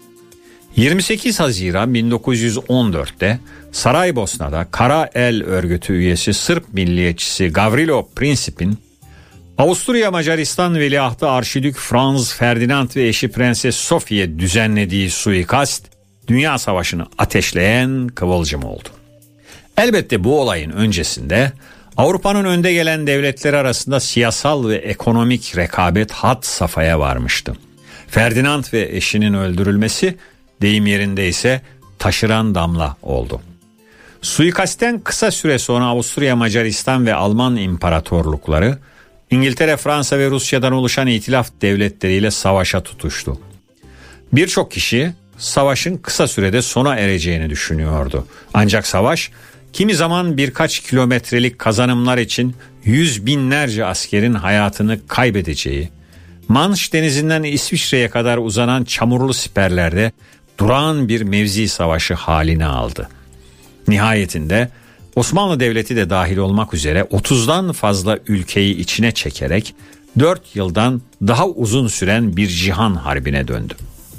28 Haziran 1914'te Saraybosna'da Kara El Örgütü üyesi Sırp milliyetçisi Gavrilo Princip'in Avusturya Macaristan Veliahtı Arşidük Franz Ferdinand ve eşi Prenses Sofie düzenlediği suikast Dünya Savaşı'nı ateşleyen kıvılcım oldu. Elbette bu olayın öncesinde Avrupa'nın önde gelen devletleri arasında siyasal ve ekonomik rekabet had safhaya varmıştı. Ferdinand ve eşinin öldürülmesi deyim yerindeyse taşıran damla oldu. Suikastten kısa süre sonra Avusturya, Macaristan ve Alman imparatorlukları İngiltere, Fransa ve Rusya'dan oluşan itilaf devletleriyle savaşa tutuştu. Birçok kişi savaşın kısa sürede sona ereceğini düşünüyordu. Ancak savaş kimi zaman birkaç kilometrelik kazanımlar için yüz binlerce askerin hayatını kaybedeceği, Manş Denizi'nden İsviçre'ye kadar uzanan çamurlu siperlerde durağan bir mevzi savaşı haline aldı. Nihayetinde Osmanlı Devleti de dahil olmak üzere 30'dan fazla ülkeyi içine çekerek 4 yıldan daha uzun süren bir cihan harbine döndü.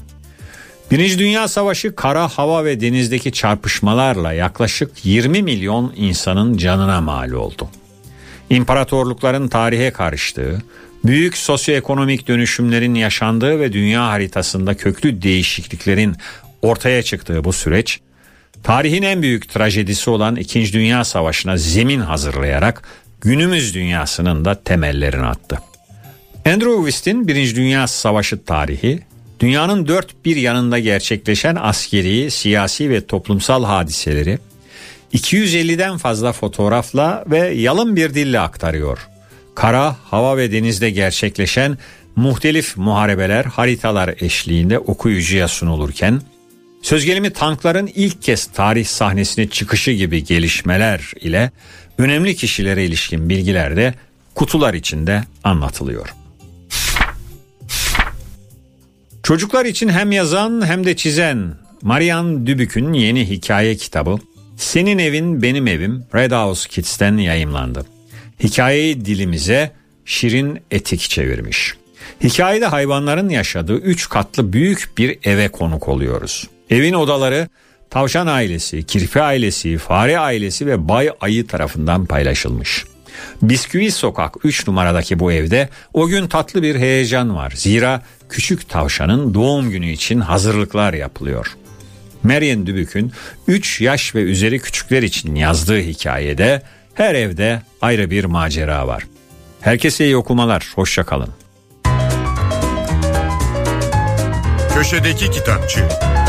Birinci Dünya Savaşı kara, hava ve denizdeki çarpışmalarla yaklaşık 20 milyon insanın canına mal oldu. İmparatorlukların tarihe karıştığı, büyük sosyoekonomik dönüşümlerin yaşandığı ve dünya haritasında köklü değişikliklerin ortaya çıktığı bu süreç, tarihin en büyük trajedisi olan 2. Dünya Savaşı'na zemin hazırlayarak günümüz dünyasının da temellerini attı. Andrew Wist'in 1. Dünya Savaşı tarihi, dünyanın dört bir yanında gerçekleşen askeri, siyasi ve toplumsal hadiseleri 250'den fazla fotoğrafla ve yalın bir dille aktarıyor. Kara, hava ve denizde gerçekleşen muhtelif muharebeler haritalar eşliğinde okuyucuya sunulurken, söz gelimi tankların ilk kez tarih sahnesine çıkışı gibi gelişmeler ile önemli kişilere ilişkin bilgiler de kutular içinde anlatılıyor. Çocuklar için hem yazan hem de çizen Marianne Dubuc'un yeni hikaye kitabı Senin Evin Benim Evim Red House Kids'ten yayımlandı. Hikayeyi dilimize Şirin Etik çevirmiş. Hikayede hayvanların yaşadığı 3 katlı büyük bir eve konuk oluyoruz. Evin odaları tavşan ailesi, kirpi ailesi, fare ailesi ve bay ayı tarafından paylaşılmış. Bisküvi Sokak 3 numaradaki bu evde o gün tatlı bir heyecan var. Zira küçük tavşanın doğum günü için hazırlıklar yapılıyor. Marianne Dubuc'un 3 yaş ve üzeri küçükler için yazdığı hikayede her evde ayrı bir macera var. Herkese iyi okumalar, hoşça kalın. Köşedeki Kitapçı.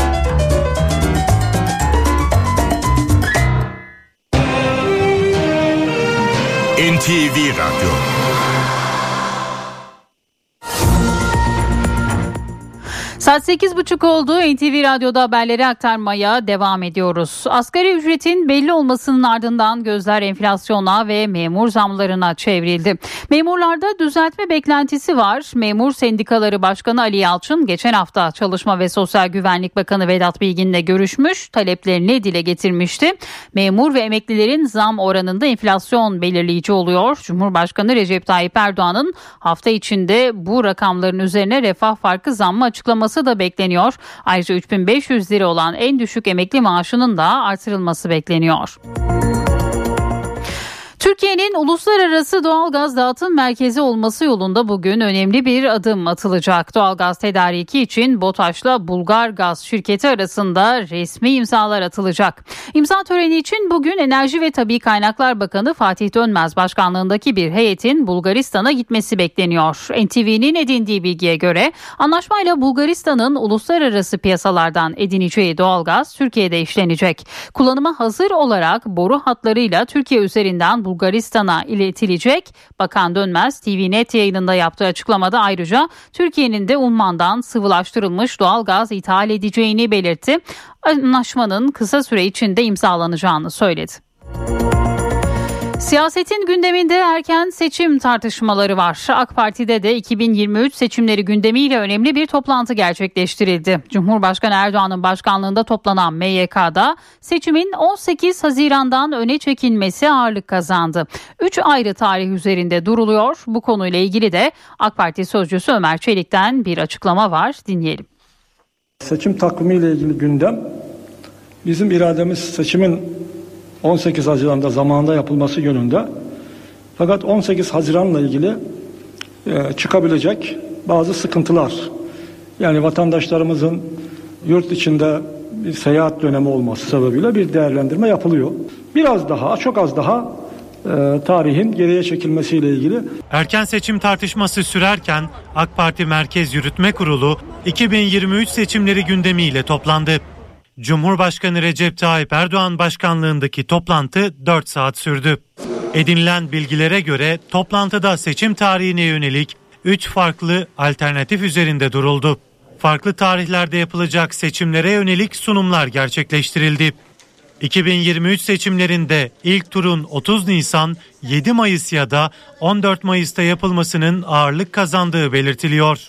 NTV Radyo. Saat 8.30 oldu. NTV Radyo'da haberleri aktarmaya devam ediyoruz. Asgari ücretin belli olmasının ardından gözler enflasyona ve memur zamlarına çevrildi. Memurlarda düzeltme beklentisi var. Memur Sendikaları Başkanı Ali Yalçın geçen hafta Çalışma ve Sosyal Güvenlik Bakanı Vedat Bilgin'le görüşmüş, taleplerini dile getirmişti. Memur ve emeklilerin zam oranında enflasyon belirleyici oluyor. Cumhurbaşkanı Recep Tayyip Erdoğan'ın hafta içinde bu rakamların üzerine refah farkı zammı açıklaması da bekleniyor. Ayrıca 3.500 lira olan en düşük emekli maaşının da artırılması bekleniyor. Türkiye'nin uluslararası doğalgaz dağıtım merkezi olması yolunda bugün önemli bir adım atılacak. Doğalgaz tedariki için BOTAŞ'la Bulgargaz şirketi arasında resmi imzalar atılacak. İmza töreni için bugün Enerji ve Tabii Kaynaklar Bakanı Fatih Dönmez başkanlığındaki bir heyetin Bulgaristan'a gitmesi bekleniyor. NTV'nin edindiği bilgiye göre anlaşmayla Bulgaristan'ın uluslararası piyasalardan edineceği doğalgaz Türkiye'de işlenecek. Kullanıma hazır olarak boru hatlarıyla Türkiye üzerinden Bulgaristan'a iletilecek. Bakan Dönmez TVNet yayınında yaptığı açıklamada ayrıca Türkiye'nin de Umman'dan sıvılaştırılmış doğalgaz ithal edeceğini belirtti. Anlaşmanın kısa süre içinde imzalanacağını söyledi. Siyasetin gündeminde erken seçim tartışmaları var. AK Parti'de de 2023 seçimleri gündemiyle önemli bir toplantı gerçekleştirildi. Cumhurbaşkanı Erdoğan'ın başkanlığında toplanan MYK'da seçimin 18 Haziran'dan öne çekilmesi ağırlık kazandı. 3 ayrı tarih üzerinde duruluyor. Bu konuyla ilgili de AK Parti sözcüsü Ömer Çelik'ten bir açıklama var. Dinleyelim. Seçim takvimiyle ilgili gündem, bizim irademiz seçimin 18 Haziran'da zamanında yapılması yönünde. Fakat 18 Haziran'la ilgili çıkabilecek bazı sıkıntılar. Yani vatandaşlarımızın yurt içinde bir seyahat dönemi olması sebebiyle bir değerlendirme yapılıyor. Biraz daha, çok az daha tarihin geriye çekilmesiyle ilgili. Erken seçim tartışması sürerken AK Parti Merkez Yürütme Kurulu 2023 seçimleri gündemiyle toplandı. Cumhurbaşkanı Recep Tayyip Erdoğan başkanlığındaki toplantı 4 saat sürdü. Edinilen bilgilere göre toplantıda seçim tarihine yönelik 3 farklı alternatif üzerinde duruldu. Farklı tarihlerde yapılacak seçimlere yönelik sunumlar gerçekleştirildi. 2023 seçimlerinde ilk turun 30 Nisan, 7 Mayıs ya da 14 Mayıs'ta yapılmasının ağırlık kazandığı belirtiliyor.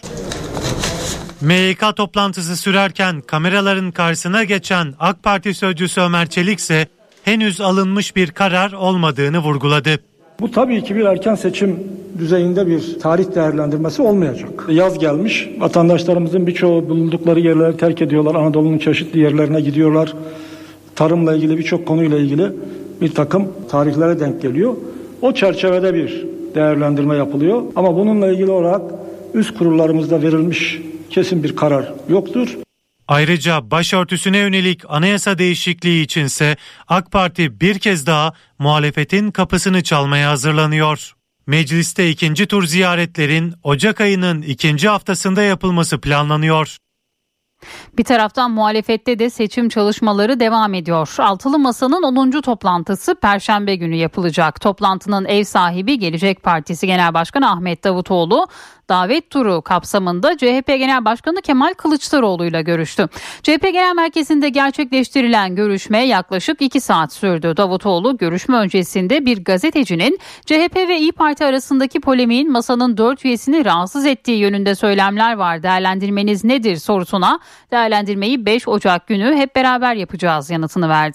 MYK toplantısı sürerken kameraların karşısına geçen AK Parti sözcüsü Ömer Çelik ise henüz alınmış bir karar olmadığını vurguladı. Bu tabii ki bir erken seçim düzeyinde bir tarih değerlendirmesi olmayacak. Yaz gelmiş, vatandaşlarımızın birçoğu bulundukları yerleri terk ediyorlar. Anadolu'nun çeşitli yerlerine gidiyorlar. Tarımla ilgili birçok konuyla ilgili bir takım tarihlere denk geliyor. O çerçevede bir değerlendirme yapılıyor. Ama bununla ilgili olarak üst kurullarımızda verilmiş kesin bir karar yoktur. Ayrıca başörtüsüne yönelik anayasa değişikliği içinse AK Parti bir kez daha muhalefetin kapısını çalmaya hazırlanıyor. Mecliste ikinci tur ziyaretlerin Ocak ayının ikinci haftasında yapılması planlanıyor. Bir taraftan muhalefette de seçim çalışmaları devam ediyor. Altılı Masa'nın 10. toplantısı Perşembe günü yapılacak. Toplantının ev sahibi Gelecek Partisi Genel Başkanı Ahmet Davutoğlu davet turu kapsamında CHP Genel Başkanı Kemal Kılıçdaroğlu ile görüştü. CHP Genel Merkezi'nde gerçekleştirilen görüşme yaklaşık 2 saat sürdü. Davutoğlu görüşme öncesinde bir gazetecinin CHP ve İYİ Parti arasındaki polemiğin masanın 4 üyesini rahatsız ettiği yönünde söylemler var. Değerlendirmeniz nedir sorusuna değerlendirmeyi 5 Ocak günü hep beraber yapacağız yanıtını verdi.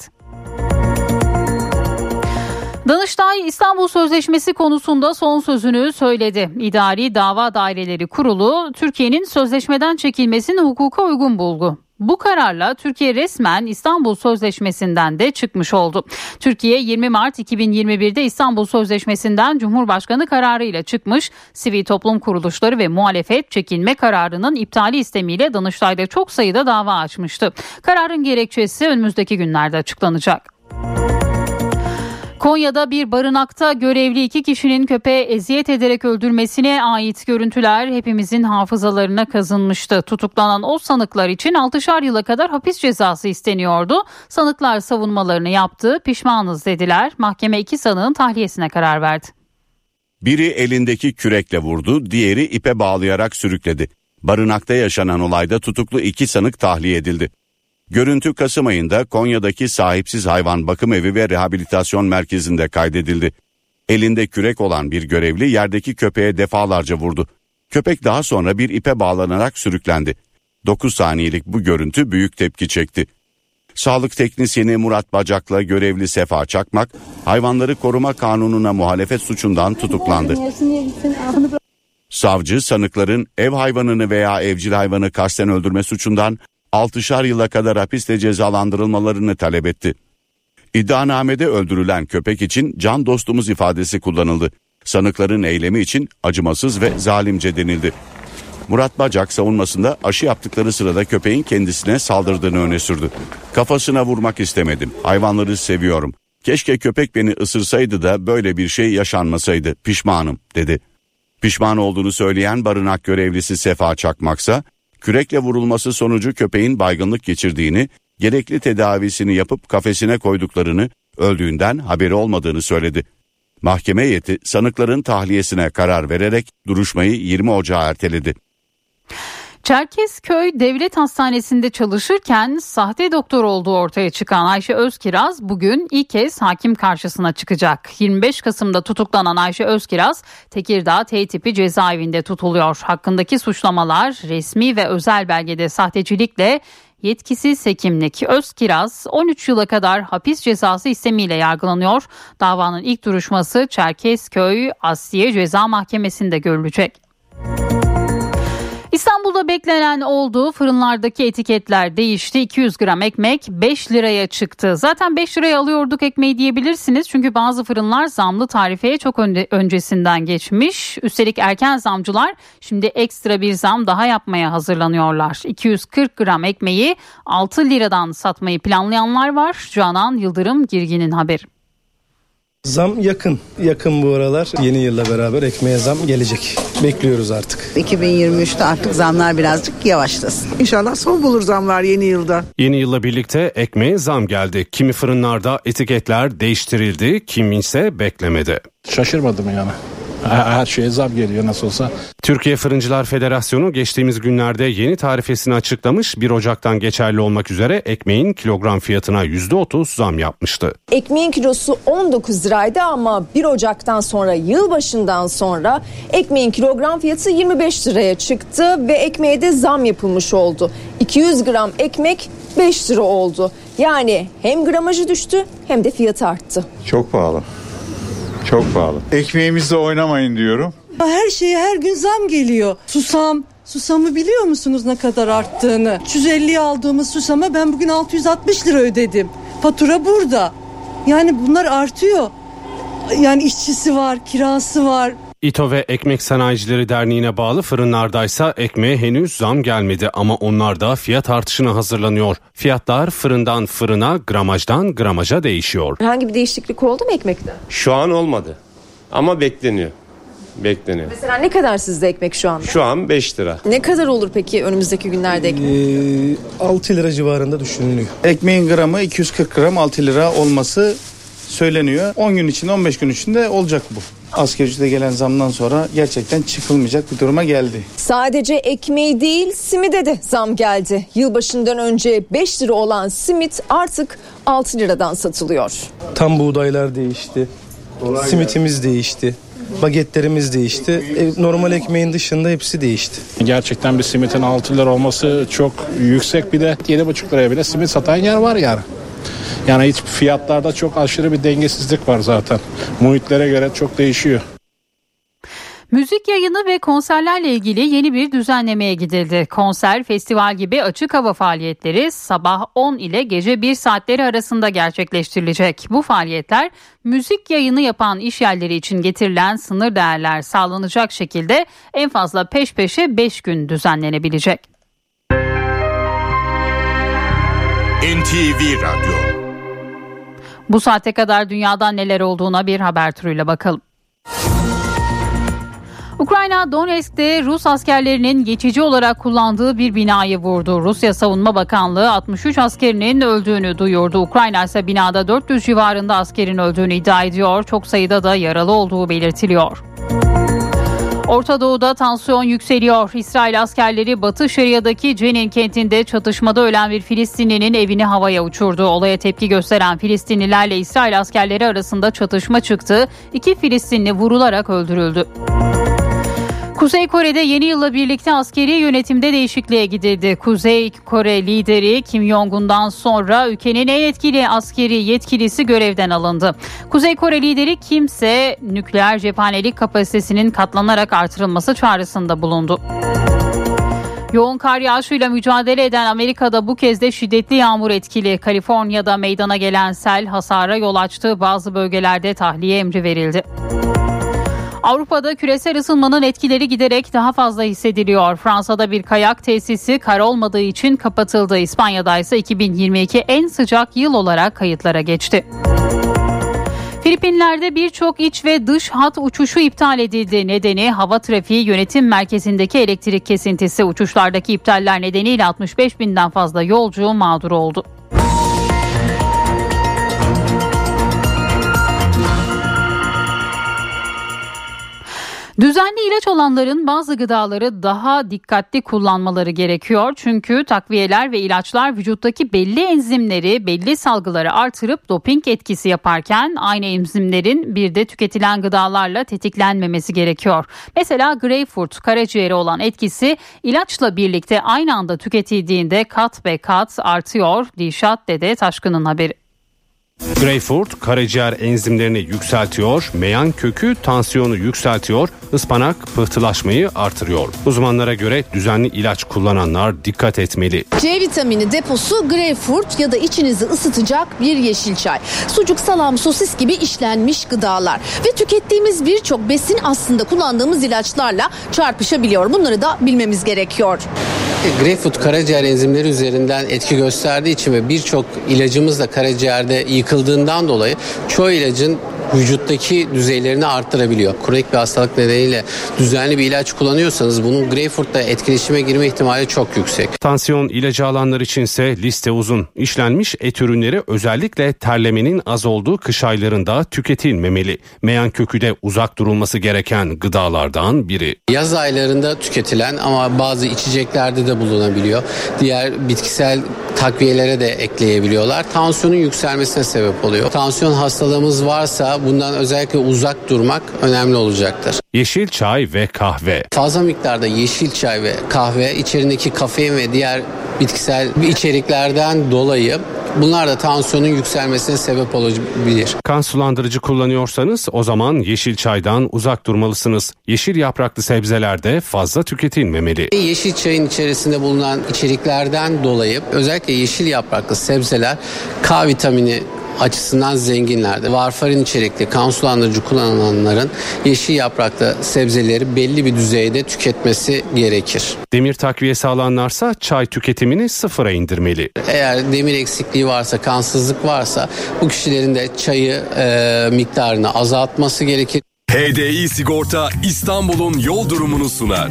Danıştay İstanbul Sözleşmesi konusunda son sözünü söyledi. İdari Dava Daireleri Kurulu Türkiye'nin sözleşmeden çekilmesini hukuka uygun buldu. Bu kararla Türkiye resmen İstanbul Sözleşmesi'nden de çıkmış oldu. Türkiye 20 Mart 2021'de İstanbul Sözleşmesi'nden Cumhurbaşkanı kararıyla çıkmış. Sivil toplum kuruluşları ve muhalefet çekilme kararının iptali istemiyle Danıştay'da çok sayıda dava açmıştı. Kararın gerekçesi önümüzdeki günlerde açıklanacak. Konya'da bir barınakta görevli 2 kişinin köpeğe eziyet ederek öldürmesine ait görüntüler hepimizin hafızalarına kazınmıştı. Tutuklanan o sanıklar için 6'şar yıla kadar hapis cezası isteniyordu. Sanıklar savunmalarını yaptı, pişmanız dediler. Mahkeme 2 sanığın tahliyesine karar verdi. Biri elindeki kürekle vurdu, diğeri ipe bağlayarak sürükledi. Barınakta yaşanan olayda tutuklu 2 sanık tahliye edildi. Görüntü Kasım ayında Konya'daki sahipsiz hayvan bakım evi ve rehabilitasyon merkezinde kaydedildi. Elinde kürek olan bir görevli yerdeki köpeğe defalarca vurdu. Köpek daha sonra bir ipe bağlanarak sürüklendi. 9 saniyelik bu görüntü büyük tepki çekti. Sağlık teknisyeni Murat Bacak'la görevli Sefa Çakmak, hayvanları koruma kanununa muhalefet suçundan tutuklandı. Savcı sanıkların ev hayvanını veya evcil hayvanı kasten öldürme suçundan 6'şar yıla kadar hapiste cezalandırılmalarını talep etti. İddianamede öldürülen köpek için can dostumuz ifadesi kullanıldı. Sanıkların eylemi için acımasız ve zalimce denildi. Murat Bacak savunmasında aşı yaptıkları sırada köpeğin kendisine saldırdığını öne sürdü. Kafasına vurmak istemedim. Hayvanları seviyorum. Keşke köpek beni ısırsaydı da böyle bir şey yaşanmasaydı. Pişmanım dedi. Pişman olduğunu söyleyen barınak görevlisi Sefa Çakmaksa, kürekle vurulması sonucu köpeğin baygınlık geçirdiğini, gerekli tedavisini yapıp kafesine koyduklarını, öldüğünden haberi olmadığını söyledi. Mahkeme heyeti sanıkların tahliyesine karar vererek duruşmayı 20 Ocağı erteledi. Çerkezköy Devlet Hastanesi'nde çalışırken sahte doktor olduğu ortaya çıkan Ayşe Özkiraz bugün ilk kez hakim karşısına çıkacak. 25 Kasım'da tutuklanan Ayşe Özkiraz, Tekirdağ T tipi cezaevinde tutuluyor. Hakkındaki suçlamalar resmi ve özel belgede sahtecilikle yetkisiz hekimlik. Özkiraz 13 yıla kadar hapis cezası istemiyle yargılanıyor. Davanın ilk duruşması Çerkezköy Asliye Ceza Mahkemesi'nde görülecek. İstanbul'da beklenen oldu. Fırınlardaki etiketler değişti. 200 gram ekmek 5 liraya çıktı. Zaten 5 liraya alıyorduk ekmeği diyebilirsiniz. Çünkü bazı fırınlar zamlı tarifeye çok öncesinden geçmiş. Üstelik erken zamcılar şimdi ekstra bir zam daha yapmaya hazırlanıyorlar. 240 gram ekmeği 6 liradan satmayı planlayanlar var. Canan Yıldırım Girgin'in haberi. Zam yakın bu aralar. Yeni yılla beraber ekmeğe zam gelecek. Bekliyoruz artık. 2023'te artık zamlar birazcık yavaşlasın. İnşallah son bulur zamlar yeni yılda. Yeni yılla birlikte ekmeğe zam geldi. Kimi fırınlarda etiketler değiştirildi, kimi ise beklemedi. Şaşırmadım yani. Her şeye zam geliyor nasıl olsa. Türkiye Fırıncılar Federasyonu geçtiğimiz günlerde yeni tarifesini açıklamış. 1 Ocak'tan geçerli olmak üzere ekmeğin kilogram fiyatına %30 zam yapmıştı. Ekmeğin kilosu 19 liraydı ama 1 Ocak'tan sonra yılbaşından sonra ekmeğin kilogram fiyatı 25 liraya çıktı ve ekmeğe de zam yapılmış oldu. 200 gram ekmek 5 lira oldu. Yani hem gramajı düştü hem de fiyatı arttı. Çok pahalı. Çok pahalı. Ekmeğimizle oynamayın diyorum. Her şeye her gün zam geliyor. Susamı biliyor musunuz ne kadar arttığını? 350'ye aldığımız susama ben bugün 660 lira ödedim. Fatura burada. Yani bunlar artıyor. Yani işçisi var, kirası var. İTO ve Ekmek Sanayicileri Derneği'ne bağlı fırınlardaysa ekmeğe henüz zam gelmedi ama onlar da fiyat artışına hazırlanıyor. Fiyatlar fırından fırına, gramajdan gramaja değişiyor. Herhangi bir değişiklik oldu mu ekmekte? Şu an olmadı ama bekleniyor. Mesela ne kadar sizde ekmek şu anda? Şu an 5 lira. Ne kadar olur peki önümüzdeki günlerde ekmek? 6 lira civarında düşünülüyor. Ekmeğin gramı 240 gram 6 lira olması söyleniyor. 10 gün içinde 15 gün içinde olacak bu. Asgari ücrete gelen zamdan sonra gerçekten çıkılmayacak bir duruma geldi. Sadece ekmeği değil simide de zam geldi. Yılbaşından önce 5 lira olan simit artık 6 liradan satılıyor. Tam buğdaylar değişti. Simitimiz değişti. Bagetlerimiz değişti. Normal ekmeğin dışında hepsi değişti. Gerçekten bir simitin 6 lira olması çok yüksek, bir de 7,5 liraya bile simit satan yer var yani. Yani hiç fiyatlarda çok aşırı bir dengesizlik var zaten. Muhitlere göre çok değişiyor. Müzik yayını ve konserlerle ilgili yeni bir düzenlemeye gidildi. Konser, festival gibi açık hava faaliyetleri sabah 10 ile gece 1 saatleri arasında gerçekleştirilecek. Bu faaliyetler müzik yayını yapan işyerleri için getirilen sınır değerler sağlanacak şekilde en fazla peş peşe 5 gün düzenlenebilecek. NTV Radyo. Bu saate kadar dünyada neler olduğuna bir haber turuyla bakalım. Ukrayna Donetsk'te Rus askerlerinin geçici olarak kullandığı bir binayı vurdu. Rusya Savunma Bakanlığı 63 askerinin öldüğünü duyurdu. Ukrayna ise binada 400 civarında askerin öldüğünü iddia ediyor. Çok sayıda da yaralı olduğu belirtiliyor. Orta Doğu'da tansiyon yükseliyor. İsrail askerleri Batı Şeria'daki Cenin kentinde çatışmada ölen bir Filistinlinin evini havaya uçurdu. Olaya tepki gösteren Filistinlilerle İsrail askerleri arasında çatışma çıktı. 2 Filistinli vurularak öldürüldü. Kuzey Kore'de yeni yılla birlikte askeri yönetimde değişikliğe gidildi. Kuzey Kore lideri Kim Jong-un'dan sonra ülkenin en etkili askeri yetkilisi görevden alındı. Kuzey Kore lideri Kim ise nükleer cephanelik kapasitesinin katlanarak artırılması çağrısında bulundu. Yoğun kar yağışıyla mücadele eden Amerika'da bu kez de şiddetli yağmur etkili. Kaliforniya'da meydana gelen sel hasara yol açtı. Bazı bölgelerde tahliye emri verildi. Avrupa'da küresel ısınmanın etkileri giderek daha fazla hissediliyor. Fransa'da bir kayak tesisi kar olmadığı için kapatıldı. İspanya'da ise 2022 en sıcak yıl olarak kayıtlara geçti. Filipinler'de birçok iç ve dış hat uçuşu iptal edildi. Nedeni hava trafiği yönetim merkezindeki elektrik kesintisi. Uçuşlardaki iptaller nedeniyle 65 binden fazla yolcu mağdur oldu. Düzenli ilaç alanların bazı gıdaları daha dikkatli kullanmaları gerekiyor. Çünkü takviyeler ve ilaçlar vücuttaki belli enzimleri, belli salgıları artırıp doping etkisi yaparken aynı enzimlerin bir de tüketilen gıdalarla tetiklenmemesi gerekiyor. Mesela greyfurt karaciğere olan etkisi ilaçla birlikte aynı anda tüketildiğinde kat be kat artıyor. Dilşat Dede Taşkın'ın haberi. Greyfurt karaciğer enzimlerini yükseltiyor, meyan kökü tansiyonu yükseltiyor, ıspanak pıhtılaşmayı artırıyor. Uzmanlara göre düzenli ilaç kullananlar dikkat etmeli. C vitamini deposu greyfurt ya da içinizi ısıtacak bir yeşil çay. Sucuk, salam, sosis gibi işlenmiş gıdalar ve tükettiğimiz birçok besin aslında kullandığımız ilaçlarla çarpışabiliyor. Bunları da bilmemiz gerekiyor. Greyfurt karaciğer enzimleri üzerinden etki gösterdiği için ve birçok ilacımız da karaciğerde yıkıldığından dolayı çoğu ilacın vücuttaki düzeylerini arttırabiliyor. Kronik bir hastalık nedeniyle düzenli bir ilaç kullanıyorsanız bunun Greyfurt'ta etkileşime girme ihtimali çok yüksek. Tansiyon ilacı alanlar içinse liste uzun. İşlenmiş et ürünleri özellikle terlemenin az olduğu kış aylarında tüketilmemeli. Meyan kökü de uzak durulması gereken gıdalardan biri. Yaz aylarında tüketilen ama bazı içeceklerde de bulunabiliyor. Diğer bitkisel takviyelere de ekleyebiliyorlar. Tansiyonun yükselmesine sebep oluyor. Tansiyon hastalığımız varsa bundan özellikle uzak durmak önemli olacaktır. Yeşil çay ve kahve. Fazla miktarda yeşil çay ve kahve içerisindeki kafein ve diğer bitkisel içeriklerden dolayı bunlar da tansiyonun yükselmesine sebep olabilir. Kan sulandırıcı kullanıyorsanız o zaman yeşil çaydan uzak durmalısınız. Yeşil yapraklı sebzelerde fazla tüketilmemeli. Yeşil çayın içerisinde bulunan içeriklerden dolayı özellikle yeşil yapraklı sebzeler K vitamini açısından zenginlerdir. Varfarin içerikli kan sulandırıcı kullananların yeşil yapraklı sebzeleri belli bir düzeyde tüketmesi gerekir. Demir takviyesi alanlarsa çay tüketimini sıfıra indirmeli. Eğer demir eksikliği varsa, kansızlık varsa bu kişilerin de çayı miktarını azaltması gerekir. HDI Sigorta İstanbul'un yol durumunu sunar.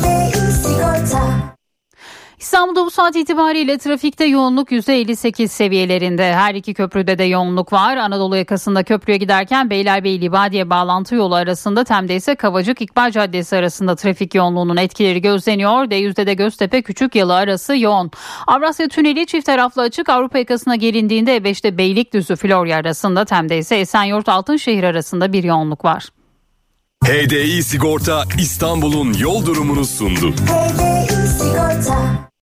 İstanbul'da bu saat itibariyle trafikte yoğunluk %58 seviyelerinde. Her iki köprüde de yoğunluk var. Anadolu yakasında köprüye giderken Beylerbeyi-Libadiye bağlantı yolu arasında, Tem'de ise Kavacık-İkbal Caddesi arasında trafik yoğunluğunun etkileri gözleniyor. D100'de de Göztepe Küçükyalı arası yoğun. Avrasya Tüneli çift taraflı açık. Avrupa yakasına gelindiğinde E5'te Beylikdüzü-Florya arasında, Tem'de ise Esenyurt-Altınşehir arasında bir yoğunluk var. HDI Sigorta İstanbul'un yol durumunu sundu. HDI Sigorta.